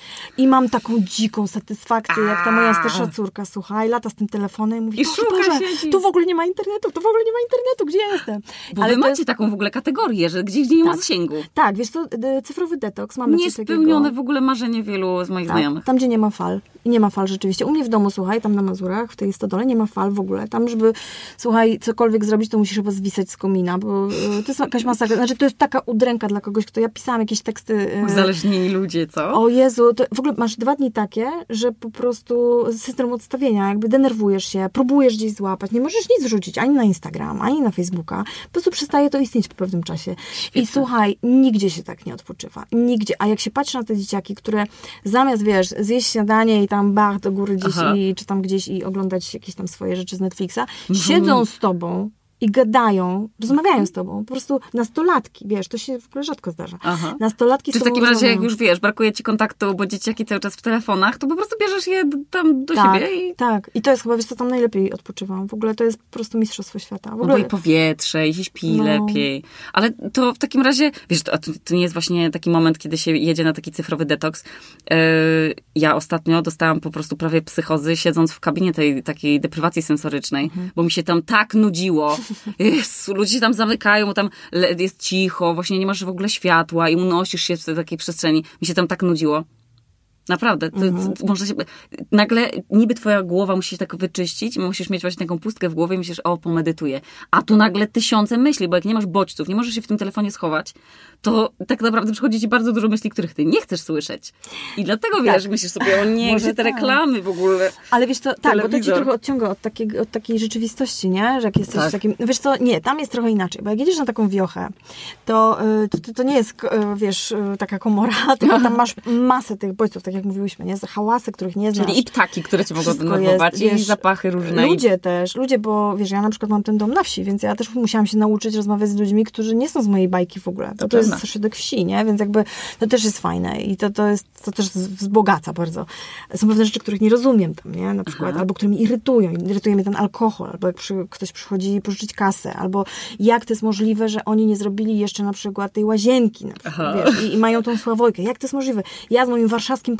I mam taką dziką satysfakcję, jak ta moja starsza córka, słuchaj, lata z tym telefonem i mówi, I szuka sieci. Tu w ogóle nie ma internetu, tu w ogóle nie ma internetu, gdzie ja jestem? Bo ale wy macie jest... taką w ogóle kategorię, że gdzieś nie ma tak. zasięgu. Tak, wiesz co, cyfrowy detoks, mamy coś takiego. Niespełnione w ogóle marzenie wielu z moich tak, znajomych. Tam, gdzie nie ma fal. I nie ma fal rzeczywiście. U mnie w domu, słuchaj, tam na Mazurach, w tej stodole, nie ma fal w ogóle. Tam, żeby, słuchaj, cokolwiek zrobić, to musisz chyba zwisać z komina, bo to jest jakaś masakra. Znaczy, to jest taka udręka dla kogoś, kto ja pisałam jakieś teksty. Uzależnieni ludzie, co? O Jezu, to w ogóle masz dwa dni takie, że po prostu system odstawienia, jakby denerwujesz się, próbujesz gdzieś złapać, nie możesz nic wrzucić, ani na Instagram, ani na Facebooka. Po prostu przestaje to istnieć po pewnym czasie. Świetne. I słuchaj, nigdzie się tak nie odpoczywa. Nigdzie. A jak się patrzy na te dzieciaki, które zamiast, wiesz, zjeść śniadanie i tam bach do góry gdzieś, i, czy tam gdzieś i oglądać jakieś tam swoje rzeczy z Netflixa, mhm. siedzą z tobą i gadają, rozmawiają z tobą. Po prostu nastolatki, wiesz, to się w ogóle rzadko zdarza. Aha. Nastolatki Czy z w tobą takim razie, rozmawiają. jak już wiesz, brakuje ci kontaktu, bo dzieciaki cały czas w telefonach, to po prostu bierzesz je tam do tak, siebie i... Tak, i to jest chyba, wiesz co, tam najlepiej odpoczywam. W ogóle to jest po prostu mistrzostwo świata. W ogóle... No bo i powietrze, i się śpi no. lepiej. Ale to w takim razie, wiesz, to, to nie jest właśnie taki moment, kiedy się jedzie na taki cyfrowy detoks. Yy, ja ostatnio dostałam po prostu prawie psychozy, siedząc w kabinie tej takiej deprywacji sensorycznej, mhm. bo mi się tam tak nudziło. Jezu, ludzie się tam zamykają, tam jest cicho, właśnie nie masz w ogóle światła i unosisz się w tej takiej przestrzeni. Mi się tam tak nudziło. Naprawdę. To, mhm. to, można się, nagle niby twoja głowa musi się tak wyczyścić, musisz mieć właśnie taką pustkę w głowie i myślisz, o, pomedytuję. A tu nagle tysiące myśli, bo jak nie masz bodźców, nie możesz się w tym telefonie schować, to tak naprawdę przychodzi ci bardzo dużo myśli, których ty nie chcesz słyszeć. I dlatego, wiesz, tak. myślisz sobie, o nie, gdzie te tak. reklamy w ogóle. Ale wiesz co, tak, telewizor. Bo to ci trochę odciąga od takiej, od takiej rzeczywistości, nie? Że jak jesteś tak. w takim... Wiesz co, nie, tam jest trochę inaczej, bo jak jedziesz na taką wiochę, to, to, to nie jest, wiesz, taka komora, tylko tam masz masę tych bodźców, tak jak mówiłyśmy, nie? Hałasy, których nie znasz. Czyli i ptaki, które cię mogą denerwować, i zapachy różne. Ludzie też, ludzie, bo wiesz, ja na przykład mam ten dom na wsi, więc ja też musiałam się nauczyć rozmawiać z ludźmi, którzy nie są z mojej bajki w ogóle. To, to jest środek wsi, nie? Więc jakby to też jest fajne i to, to, jest, to też wzbogaca bardzo. Są pewne rzeczy, których nie rozumiem tam, nie? Na przykład, Aha. albo które mnie irytują. Irytuje mnie ten alkohol, albo jak przy, ktoś przychodzi pożyczyć kasę, albo jak to jest możliwe, że oni nie zrobili jeszcze na przykład tej łazienki, na przykład, wiesz, i, i mają tą sławojkę. Jak to jest możliwe? Ja z moim warszawskim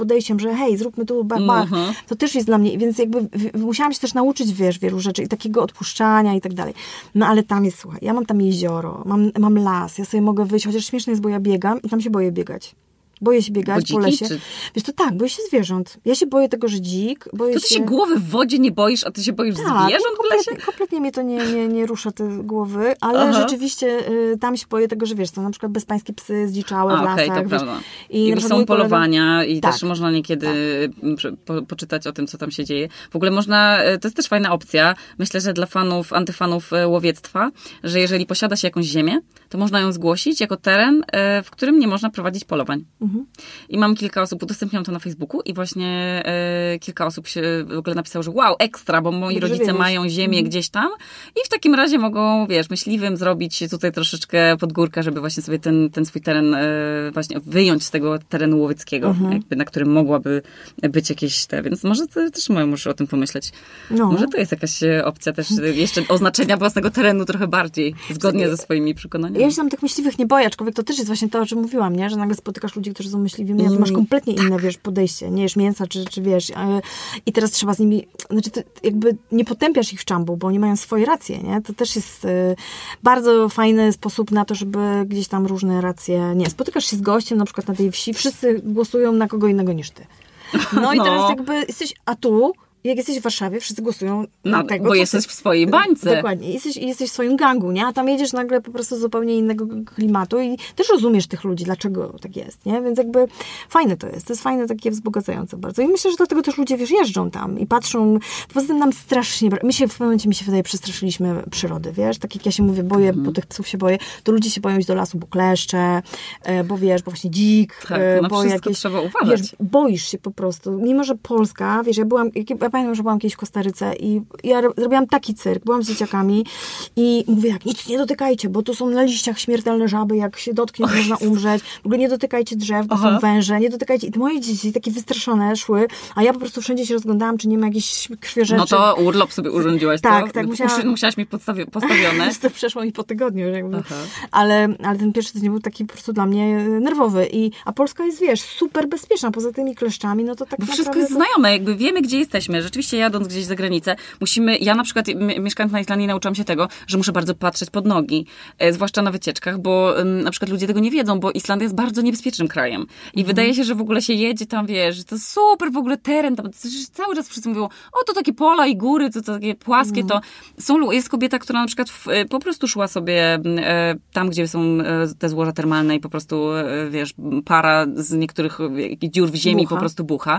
podejściem, że hej, zróbmy tu bach, bach, uh-huh. to też jest dla mnie, więc jakby w, musiałam się też nauczyć, wiesz, wielu rzeczy i takiego odpuszczania i tak dalej. No ale tam jest, słuchaj, ja mam tam jezioro, mam, mam las, ja sobie mogę wyjść, chociaż śmieszne jest, bo ja biegam i tam się boję biegać. Boję się biegać po lesie. Czy... Wiesz, to tak, boję się zwierząt. Ja się boję tego, że dzik. Boję to ty się... się głowy w wodzie nie boisz, a ty się boisz tak, zwierząt w lesie? Kompletnie mnie to nie, nie, nie rusza te głowy, ale Aha. rzeczywiście y, tam się boję tego, że wiesz, są na przykład bezpańskie psy zdziczałe a, w lasach. Okay, to wiesz, prawda. I, I są polowania kolega... i tak. też można niekiedy tak. po, poczytać o tym, co tam się dzieje. W ogóle można, to jest też fajna opcja, myślę, że dla fanów, antyfanów łowiectwa, że jeżeli posiada się jakąś ziemię, to można ją zgłosić jako teren, w którym nie można prowadzić polowań. Mhm. I mam kilka osób, udostępniłam to na Facebooku i właśnie e, kilka osób się w ogóle napisało, że wow, ekstra, bo moi Dobrze rodzice wiedzieć. mają ziemię mm. gdzieś tam i w takim razie mogą, wiesz, myśliwym zrobić tutaj troszeczkę pod górkę, żeby właśnie sobie ten, ten swój teren e, właśnie wyjąć z tego terenu łowieckiego, mm-hmm. jakby, na którym mogłaby być jakieś te, więc może to, też muszę o tym pomyśleć. No. Może to jest jakaś opcja też jeszcze oznaczenia własnego terenu trochę bardziej, zgodnie ze swoimi przekonaniami. Ja się tam tych myśliwych nie boję, aczkolwiek to też jest właśnie to, o czym mówiłam, nie? Że nagle spotykasz ludzi, którzy są myśliwymi, a ty masz kompletnie tak. inne, wiesz, podejście. Nie jesz mięsa, czy, czy wiesz. I teraz trzeba z nimi, znaczy ty jakby nie potępiasz ich w czambu, bo oni mają swoje racje, nie? To też jest y, bardzo fajny sposób na to, żeby gdzieś tam różne racje, nie, spotykasz się z gościem na przykład na tej wsi, wszyscy głosują na kogo innego niż ty. No i no. teraz jakby jesteś, a tu jak jesteś w Warszawie, wszyscy głosują na no, tego, bo jesteś ty... w swojej bańce. Dokładnie. Jesteś, jesteś w swoim gangu, nie? A tam jedziesz nagle po prostu z zupełnie innego klimatu i też rozumiesz tych ludzi, dlaczego tak jest, nie? Więc jakby fajne to jest. To jest fajne, takie wzbogacające bardzo. I myślę, że dlatego też ludzie, wiesz, jeżdżą tam i patrzą. Poza tym nam strasznie... My się w pewnym momencie, mi się wydaje, przestraszyliśmy przyrody, wiesz? Tak jak ja się mówię, boję, mm. bo tych psów się boję, to ludzie się boją iść do lasu, bo kleszcze, bo wiesz, bo właśnie dzik, tak, na bo wszystko jakieś... trzeba uważać. Wiesz, boisz się po prostu. Mimo, że Polska, wiesz, ja byłam... Ja pamiętam, że byłam kiedyś w Kostaryce i ja zrobiłam taki cyrk, byłam z dzieciakami i mówię tak, nic nie dotykajcie, bo tu są na liściach śmiertelne żaby, jak się dotknie, to można umrzeć. W ogóle nie dotykajcie drzew, to Aha. są węże, nie dotykajcie. I te moje dzieci takie wystraszone szły, a ja po prostu wszędzie się rozglądałam, czy nie ma jakichś krwiożerczy. No to urlop sobie urządziłaś, tak, co? Tak, musiała... Musiałaś mi podstawi- postawione. To przeszło mi po tygodniu, jakby. Ale, ale ten pierwszy tydzień był taki po prostu dla mnie nerwowy. I, a Polska jest, wiesz, super bezpieczna, poza tymi kleszczami, no to tak bo naprawdę... wszystko jest znajome, jakby wiemy, gdzie jesteśmy. Rzeczywiście jadąc gdzieś za granicę, musimy, ja na przykład mieszkając na Islandii nauczyłam się tego, że muszę bardzo patrzeć pod nogi, e, zwłaszcza na wycieczkach, bo m, na przykład ludzie tego nie wiedzą, bo Islandia jest bardzo niebezpiecznym krajem. I mhm. wydaje się, że w ogóle się jedzie tam, wiesz, że to super w ogóle teren, tam cały czas wszyscy mówią, o to takie pola i góry, to, to takie płaskie, mhm. to są, jest kobieta, która na przykład w, po prostu szła sobie e, tam, gdzie są e, te złoża termalne i po prostu, e, wiesz, para z niektórych e, dziur w ziemi bucha. po prostu bucha.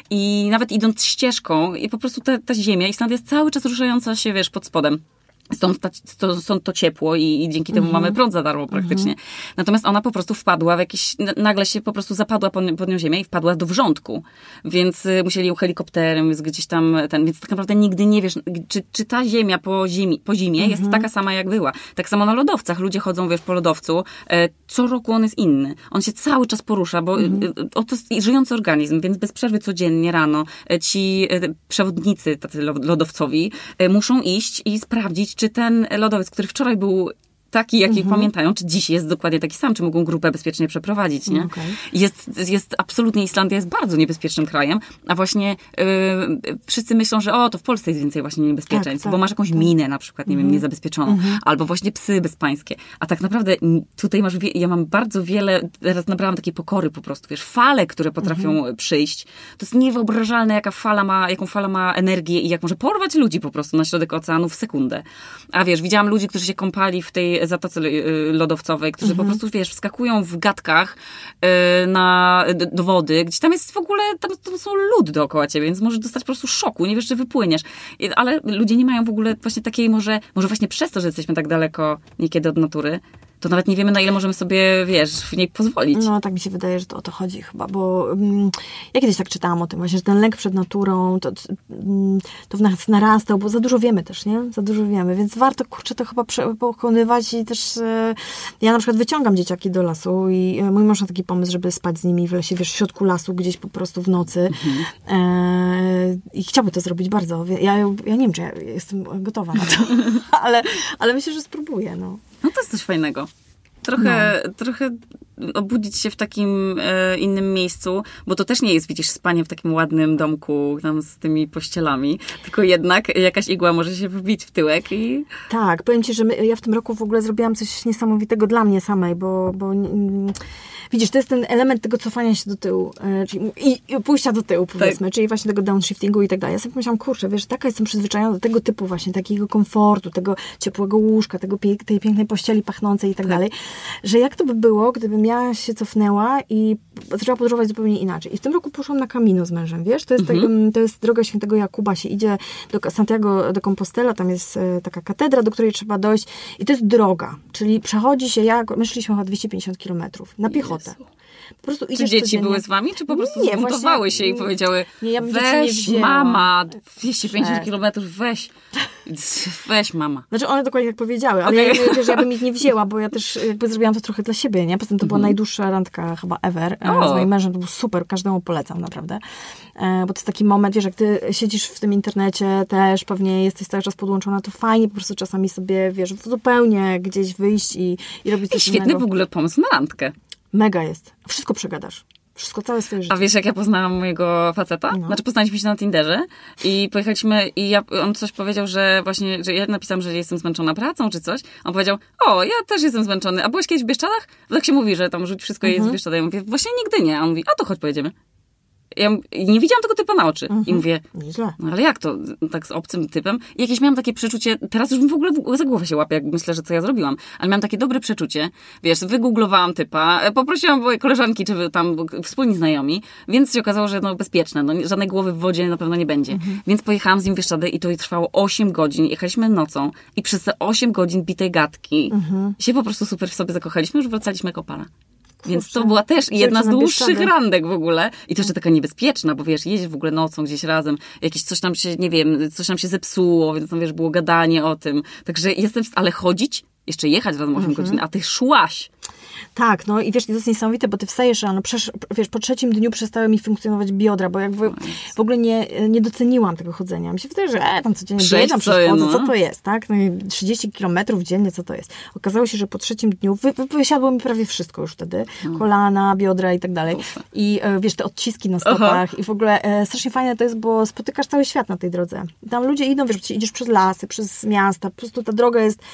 I nawet idąc ścieżką, i po prostu ta, ta ziemia, Islandia jest cały czas ruszająca się, wiesz, pod spodem. Stąd, ta, to, stąd to ciepło i, i dzięki temu mm-hmm. mamy prąd za darmo praktycznie. Mm-hmm. Natomiast ona po prostu wpadła w jakiś, nagle się po prostu zapadła pod, pod nią ziemię i wpadła do wrzątku. Więc y, musieli ją helikopterem gdzieś tam, ten, więc tak naprawdę nigdy nie wiesz, czy, czy ta ziemia po, zimi, po zimie mm-hmm. jest taka sama jak była. Tak samo na lodowcach. Ludzie chodzą, wiesz, po lodowcu. E, co roku on jest inny. On się cały czas porusza, bo mm-hmm. e, oto jest żyjący organizm, więc bez przerwy codziennie rano e, ci e, przewodnicy, tacy lodowcowi, e, muszą iść i sprawdzić, czy ten lodowiec, który wczoraj był taki, jaki mhm. pamiętają, czy dziś jest dokładnie taki sam, czy mogą grupę bezpiecznie przeprowadzić, nie? Okay. Jest, jest absolutnie, Islandia jest bardzo niebezpiecznym krajem, a właśnie yy, wszyscy myślą, że o, to w Polsce jest więcej właśnie niebezpieczeństw, tak, tak, bo masz jakąś tak. minę na przykład, nie mhm. wiem, niezabezpieczoną, mhm. albo właśnie psy bezpańskie. A tak naprawdę tutaj masz, ja mam bardzo wiele, teraz nabrałam takiej pokory po prostu, wiesz, fale, które potrafią mhm. przyjść. To jest niewyobrażalne, jaka fala ma, jaką fala ma energię i jak może porwać ludzi po prostu na środek oceanu w sekundę. A wiesz, widziałam ludzi, którzy się kąpali w tej zatoce lodowcowej, którzy mhm. po prostu, wiesz, wskakują w gadkach yy, na, do wody, gdzie tam jest w ogóle, tam, tam są lód dookoła ciebie, więc możesz dostać po prostu szoku, nie wiesz, czy wypłyniesz. Ale ludzie nie mają w ogóle właśnie takiej może, może właśnie przez to, że jesteśmy tak daleko niekiedy od natury, to nawet nie wiemy, na ile możemy sobie, wiesz, w niej pozwolić. No, tak mi się wydaje, że to o to chodzi chyba, bo um, ja kiedyś tak czytałam o tym właśnie, że ten lęk przed naturą, to, um, to w nas narastał, bo za dużo wiemy też, nie? Za dużo wiemy, więc warto, kurczę, to chyba prze- pokonywać i też e, ja na przykład wyciągam dzieciaki do lasu i e, mój mąż ma taki pomysł, żeby spać z nimi w lesie, wiesz, w środku lasu, gdzieś po prostu w nocy mhm. e, i chciałby to zrobić bardzo. Ja, ja nie wiem, czy ja jestem gotowa na to, ale, ale myślę, że spróbuję, no. No to jest coś fajnego. Trochę, no. trochę obudzić się w takim e, innym miejscu, bo to też nie jest, widzisz, spanie w takim ładnym domku tam z tymi pościelami, tylko jednak jakaś igła może się wbić w tyłek i... Tak, powiem ci, że my, ja w tym roku w ogóle zrobiłam coś niesamowitego dla mnie samej, bo, bo mm, widzisz, to jest ten element tego cofania się do tyłu e, czyli, i, i pójścia do tyłu, powiedzmy, tak. Czyli właśnie tego downshiftingu i tak dalej. Ja sobie pomyślałam, kurczę, wiesz, taka jestem przyzwyczajona do tego typu właśnie, takiego komfortu, tego ciepłego łóżka, tego pie- tej pięknej pościeli pachnącej i tak, tak dalej, że jak to by było, gdybym ja się cofnęła i zaczęła podróżować zupełnie inaczej. I w tym roku poszłam na Camino z mężem, wiesz, to jest, mhm. tak, to jest droga świętego Jakuba, się idzie do Santiago de Compostela, tam jest e, taka katedra, do której trzeba dojść i to jest droga, czyli przechodzi się, jak my szliśmy chyba dwieście pięćdziesiąt kilometrów na piechotę. Jezu. Po prostu czy dzieci codziennie. Były z wami, czy po prostu nie, zbuntowały właśnie, się i powiedziały, nie, ja weź nie mama, dwieście pięćdziesiąt kilometrów, weź, weź mama. Znaczy one dokładnie tak powiedziały, ale okay. ja, wiesz, ja bym ich nie wzięła, bo ja też jakby zrobiłam to trochę dla siebie, nie? Poza tym to była mm-hmm. najdłuższa randka chyba ever o. z moim mężem, to był super, każdemu polecam naprawdę, bo to jest taki moment, wiesz, jak ty siedzisz w tym internecie też, pewnie jesteś cały czas podłączona, to fajnie po prostu czasami sobie, wiesz, zupełnie gdzieś wyjść i, i robić coś innego. Świetny w ogóle pomysł na randkę. Mega jest. Wszystko przegadasz. Wszystko, całe swoje życie. A wiesz, jak ja poznałam mojego faceta? No. Znaczy, poznaliśmy się na Tinderze i pojechaliśmy i ja, on coś powiedział, że właśnie, że ja napisałam, że jestem zmęczona pracą czy coś. On powiedział, o, ja też jestem zmęczony. A byłeś kiedyś w Bieszczadach? Bo tak się mówi, że tam rzuć wszystko i mhm. jest w Bieszczadach. Ja mówię, właśnie nigdy nie. A on mówi, a to chodź, pojedziemy. Ja nie widziałam tego typa na oczy. Mhm. I mówię, no ale jak to? Tak z obcym typem. I jakieś miałam takie przeczucie, teraz już mi w ogóle za głowę się łapie, jak myślę, że co ja zrobiłam. Ale miałam takie dobre przeczucie. Wiesz, wygooglowałam typa, poprosiłam moje koleżanki, czy tam wspólni znajomi, więc się okazało, że no bezpieczne. No, żadnej głowy w wodzie na pewno nie będzie. Mhm. Więc pojechałam z nim w Bieszczady i to trwało osiem godzin. Jechaliśmy nocą i przez te osiem godzin bitej gadki mhm. się po prostu super w sobie zakochaliśmy. Już wracaliśmy jako para. Więc to była też jedna z dłuższych randek w ogóle. I to jeszcze taka niebezpieczna, bo wiesz, jedziesz w ogóle nocą gdzieś razem, jakieś coś tam się, nie wiem, coś tam się zepsuło, więc tam wiesz, było gadanie o tym. Także jestem, ale chodzić, jeszcze jechać razem osiem mhm. godzin, a ty szłaś. Tak, no i wiesz, to jest niesamowite, bo ty wstajesz rano, przesz, wiesz, po trzecim dniu przestały mi funkcjonować biodra, bo jakby w ogóle nie, nie doceniłam tego chodzenia. Mi się wydaje, że e, tam codziennie biegam, przeszkodzę, no. co to jest, tak? No i trzydzieści kilometrów dziennie, co to jest? Okazało się, że po trzecim dniu wy, wy, wysiadło mi prawie wszystko już wtedy. Hmm. Kolana, biodra i tak dalej. I e, wiesz, te odciski na stopach Aha. i w ogóle e, strasznie fajne to jest, bo spotykasz cały świat na tej drodze. Tam ludzie idą, wiesz, idziesz przez lasy, przez miasta, po prostu ta droga jest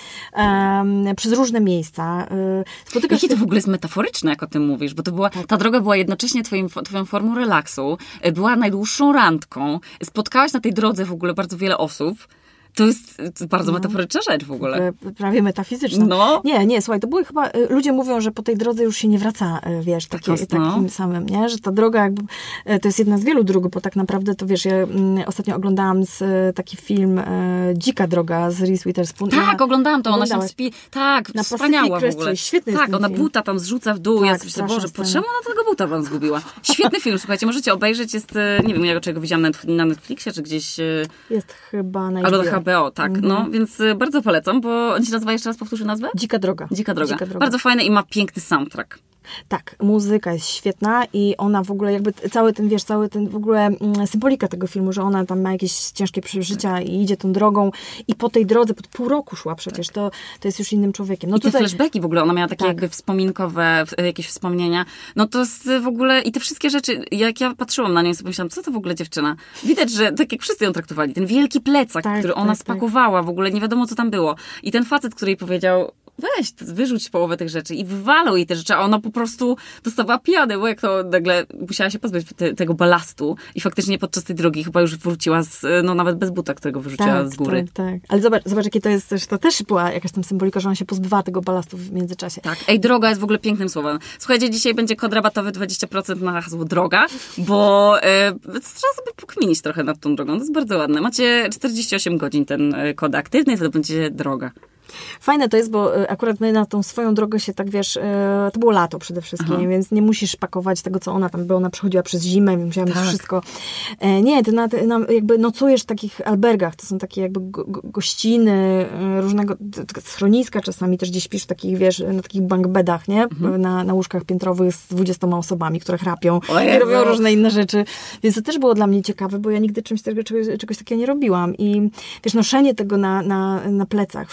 e, przez różne miejsca. E, spotykasz Jakie to w ogóle jest metaforyczne, jak o tym mówisz, bo to była, ta droga była jednocześnie twoim, twoją formą relaksu, była najdłuższą randką, spotkałaś na tej drodze w ogóle bardzo wiele osób. To jest bardzo no. metaforyczna rzecz w ogóle. Prawie metafizyczna. No. Nie, nie, słuchaj, to były chyba, ludzie mówią, że po tej drodze już się nie wraca, wiesz, takie, tak takim no. samym, nie? Że ta droga jakby, to jest jedna z wielu dróg, bo tak naprawdę to wiesz, ja ostatnio oglądałam z, taki film Dzika droga z Reese Witherspoon. Tak, ja, oglądałam to, ona się spi... Tak, na wspaniała w ogóle. Świetny tak, ona film. Buta tam zrzuca w dół, tak, ja sobie Boże, po czemu ona tego buta wam zgubiła? Świetny film, słuchajcie, możecie obejrzeć, jest, nie wiem, ja czego widziałam na Netflixie, czy gdzieś... Jest chyba na albo na H B O, tak. Mhm. No, więc bardzo polecam, bo on się nazywa, jeszcze raz powtórzy nazwę? Dzika droga. Dzika droga. Dzika droga. Bardzo fajne i ma piękny soundtrack. Tak, muzyka jest świetna i ona w ogóle jakby cały ten, wiesz, cały ten w ogóle mm, symbolika tego filmu, że ona tam ma jakieś ciężkie przeżycia tak. i idzie tą drogą i po tej drodze, po pół roku szła przecież, tak. to, to jest już innym człowiekiem. No I tutaj... te flashbacki w ogóle, ona miała takie tak. jakby wspominkowe jakieś wspomnienia. No to jest w ogóle i te wszystkie rzeczy, jak ja patrzyłam na nią i sobie myślałam, co to w ogóle dziewczyna? Widać, że tak jak wszyscy ją traktowali, ten wielki plecak, tak, który ona tak, spakowała, tak. w ogóle nie wiadomo co tam było. I ten facet, który jej powiedział, weź, wyrzuć połowę tych rzeczy i wywalał jej te rzeczy, a ona po prostu dostawała pijany, bo jak to nagle musiała się pozbyć te, tego balastu i faktycznie podczas tej drogi chyba już wróciła z, no nawet bez buta, którego wyrzuciła tak, z góry. Tak, tak. Ale zobacz, zobacz, jakie to jest też, to też była jakaś tam symbolika, że ona się pozbywała tego balastu w międzyczasie. Tak. Ej, droga jest w ogóle pięknym słowem. Słuchajcie, dzisiaj będzie kod rabatowy dwadzieścia procent na hasło droga, bo e, trzeba sobie pokminić trochę nad tą drogą. To jest bardzo ładne. Macie czterdzieści osiem godzin ten kod aktywny, wtedy będzie droga. Fajne to jest, bo akurat my na tą swoją drogę się tak, wiesz, to było lato przede wszystkim, Aha. więc nie musisz pakować tego, co ona tam, bo ona przechodziła przez zimę, musiała mieć tak. wszystko. Nie, ty na, na, jakby nocujesz w takich albergach, to są takie jakby go, go, gościny, różnego, schroniska czasami też gdzieś śpisz w takich, wiesz, na takich bankbedach, nie? Mhm. Na, na łóżkach piętrowych z dwudziestoma osobami, które chrapią i robią różne inne rzeczy. Więc to też było dla mnie ciekawe, bo ja nigdy czymś tego, czegoś, czegoś takiego nie robiłam. I wiesz, noszenie tego na, na, na plecach wszystkiego,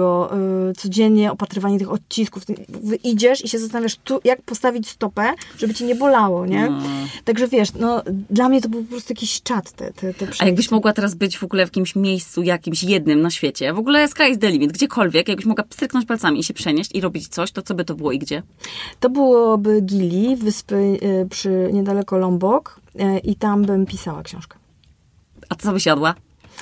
tego y, codziennie opatrywanie tych odcisków. Ty idziesz i się zastanawiasz, tu, jak postawić stopę, żeby ci nie bolało, nie? No. Także wiesz, no dla mnie to był po prostu jakiś czat. Te, te, te A jakbyś mogła teraz być w ogóle w jakimś miejscu, jakimś jednym na świecie, w ogóle sky is the limit, gdziekolwiek, jakbyś mogła stryknąć palcami i się przenieść i robić coś, to co by to było i gdzie? To byłoby Gili, wyspy y, przy niedaleko Lombok y, i tam bym pisała książkę. A co byś jadła?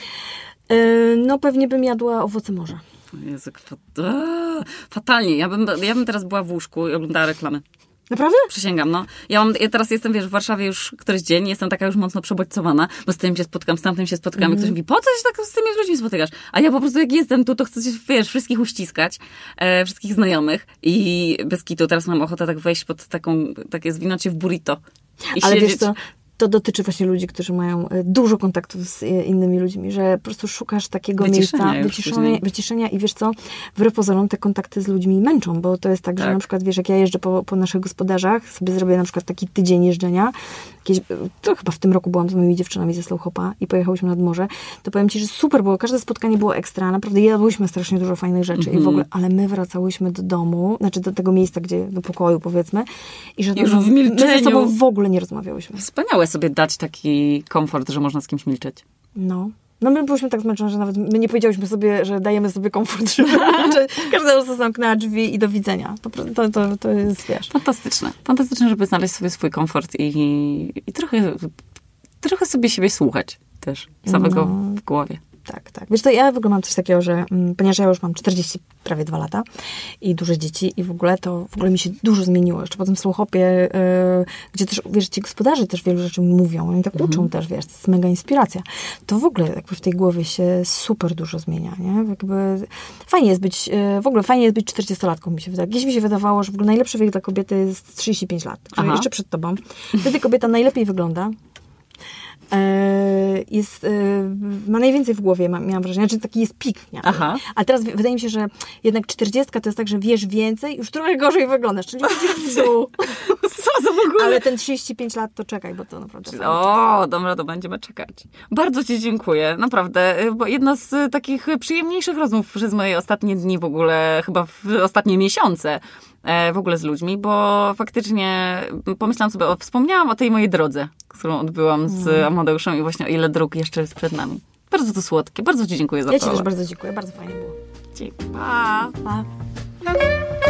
Y, no pewnie bym jadła owoce morza. Jezu, fatalnie. Ja bym, ja bym teraz była w łóżku i oglądała reklamy. Naprawdę? Przysięgam, no. Ja, mam, ja teraz jestem, wiesz, w Warszawie już któryś dzień, jestem taka już mocno przebodźcowana, bo z tym się spotkam, z tamtym się spotkam mm. i ktoś mówi, po co się tak z tymi ludźmi spotykasz? A ja po prostu jak jestem tu, to chcę się, wiesz, wszystkich uściskać, e, wszystkich znajomych i bez kitu teraz mam ochotę tak wejść pod taką, takie zwinąć się w burrito i Ale siedzieć. Wiesz co? To dotyczy właśnie ludzi, którzy mają dużo kontaktów z innymi ludźmi, że po prostu szukasz takiego wyciszenia miejsca, wyciszenia, wyciszenia i wiesz co, wbrew pozorom te kontakty z ludźmi męczą, bo to jest tak, tak. że na przykład wiesz, jak ja jeżdżę po, po naszych gospodarzach, sobie zrobię na przykład taki tydzień jeżdżenia, jakieś, to chyba w tym roku byłam z moimi dziewczynami ze Slow Hopa i pojechałyśmy nad morze, to powiem ci, że super było, każde spotkanie było ekstra, naprawdę jadłyśmy strasznie dużo fajnych rzeczy mm-hmm. i w ogóle, ale my wracałyśmy do domu, znaczy do tego miejsca, gdzie, do pokoju powiedzmy i że już w milczeniu. My ze sobą w ogóle nie rozmawiałyśmy. Wspaniałe sobie dać taki komfort, że można z kimś milczeć. No. No my byliśmy tak zmęczone, że nawet my nie powiedziałyśmy sobie, że dajemy sobie komfort, że każda osoba zamknęła drzwi i do widzenia. To, to, to, to jest, wiesz... Fantastyczne. Fantastyczne, żeby znaleźć sobie swój komfort i, i trochę, trochę sobie siebie słuchać też, samego no. w głowie. Tak, tak. Wiesz co, ja w ogóle mam coś takiego, że m, ponieważ ja już mam czterdzieści, prawie dwa lata i duże dzieci i w ogóle to w ogóle mi się dużo zmieniło. Jeszcze po tym Slow Hopie, yy, gdzie też, wiesz, ci gospodarze też wielu rzeczy mi mówią. Oni tak mm. uczą też, wiesz, to jest mega inspiracja. To w ogóle jakby w tej głowie się super dużo zmienia, nie? Jakby fajnie jest być, yy, w ogóle fajnie jest być czterdziestolatką, mi się wydaje. Gdzieś mi się wydawało, że w ogóle najlepszy wiek dla kobiety jest trzydzieści pięć lat. Czyli jeszcze przed tobą. Wtedy kobieta najlepiej wygląda. Jest, ma najwięcej w głowie, miałam wrażenie, że taki jest pik. Aha. A teraz wydaje mi się, że jednak czterdziestka to jest tak, że wiesz więcej, już trochę gorzej wyglądasz, czyli w dół. Co za w ogóle? Ale ten trzydzieści pięć lat to czekaj, bo to naprawdę... O, dobra, to będziemy czekać. Bardzo ci dziękuję, naprawdę, bo jedna z takich przyjemniejszych rozmów przez moje ostatnie dni w ogóle, chyba w ostatnie miesiące, w ogóle z ludźmi, bo faktycznie pomyślałam sobie, o, wspomniałam o tej mojej drodze, którą odbyłam z mm. Amadeuszem i właśnie o ile dróg jeszcze jest przed nami. Bardzo to słodkie, bardzo ci dziękuję za ja to. Ja ci też bardzo dziękuję, bardzo fajnie było. Dziękuję. Pa. Pa.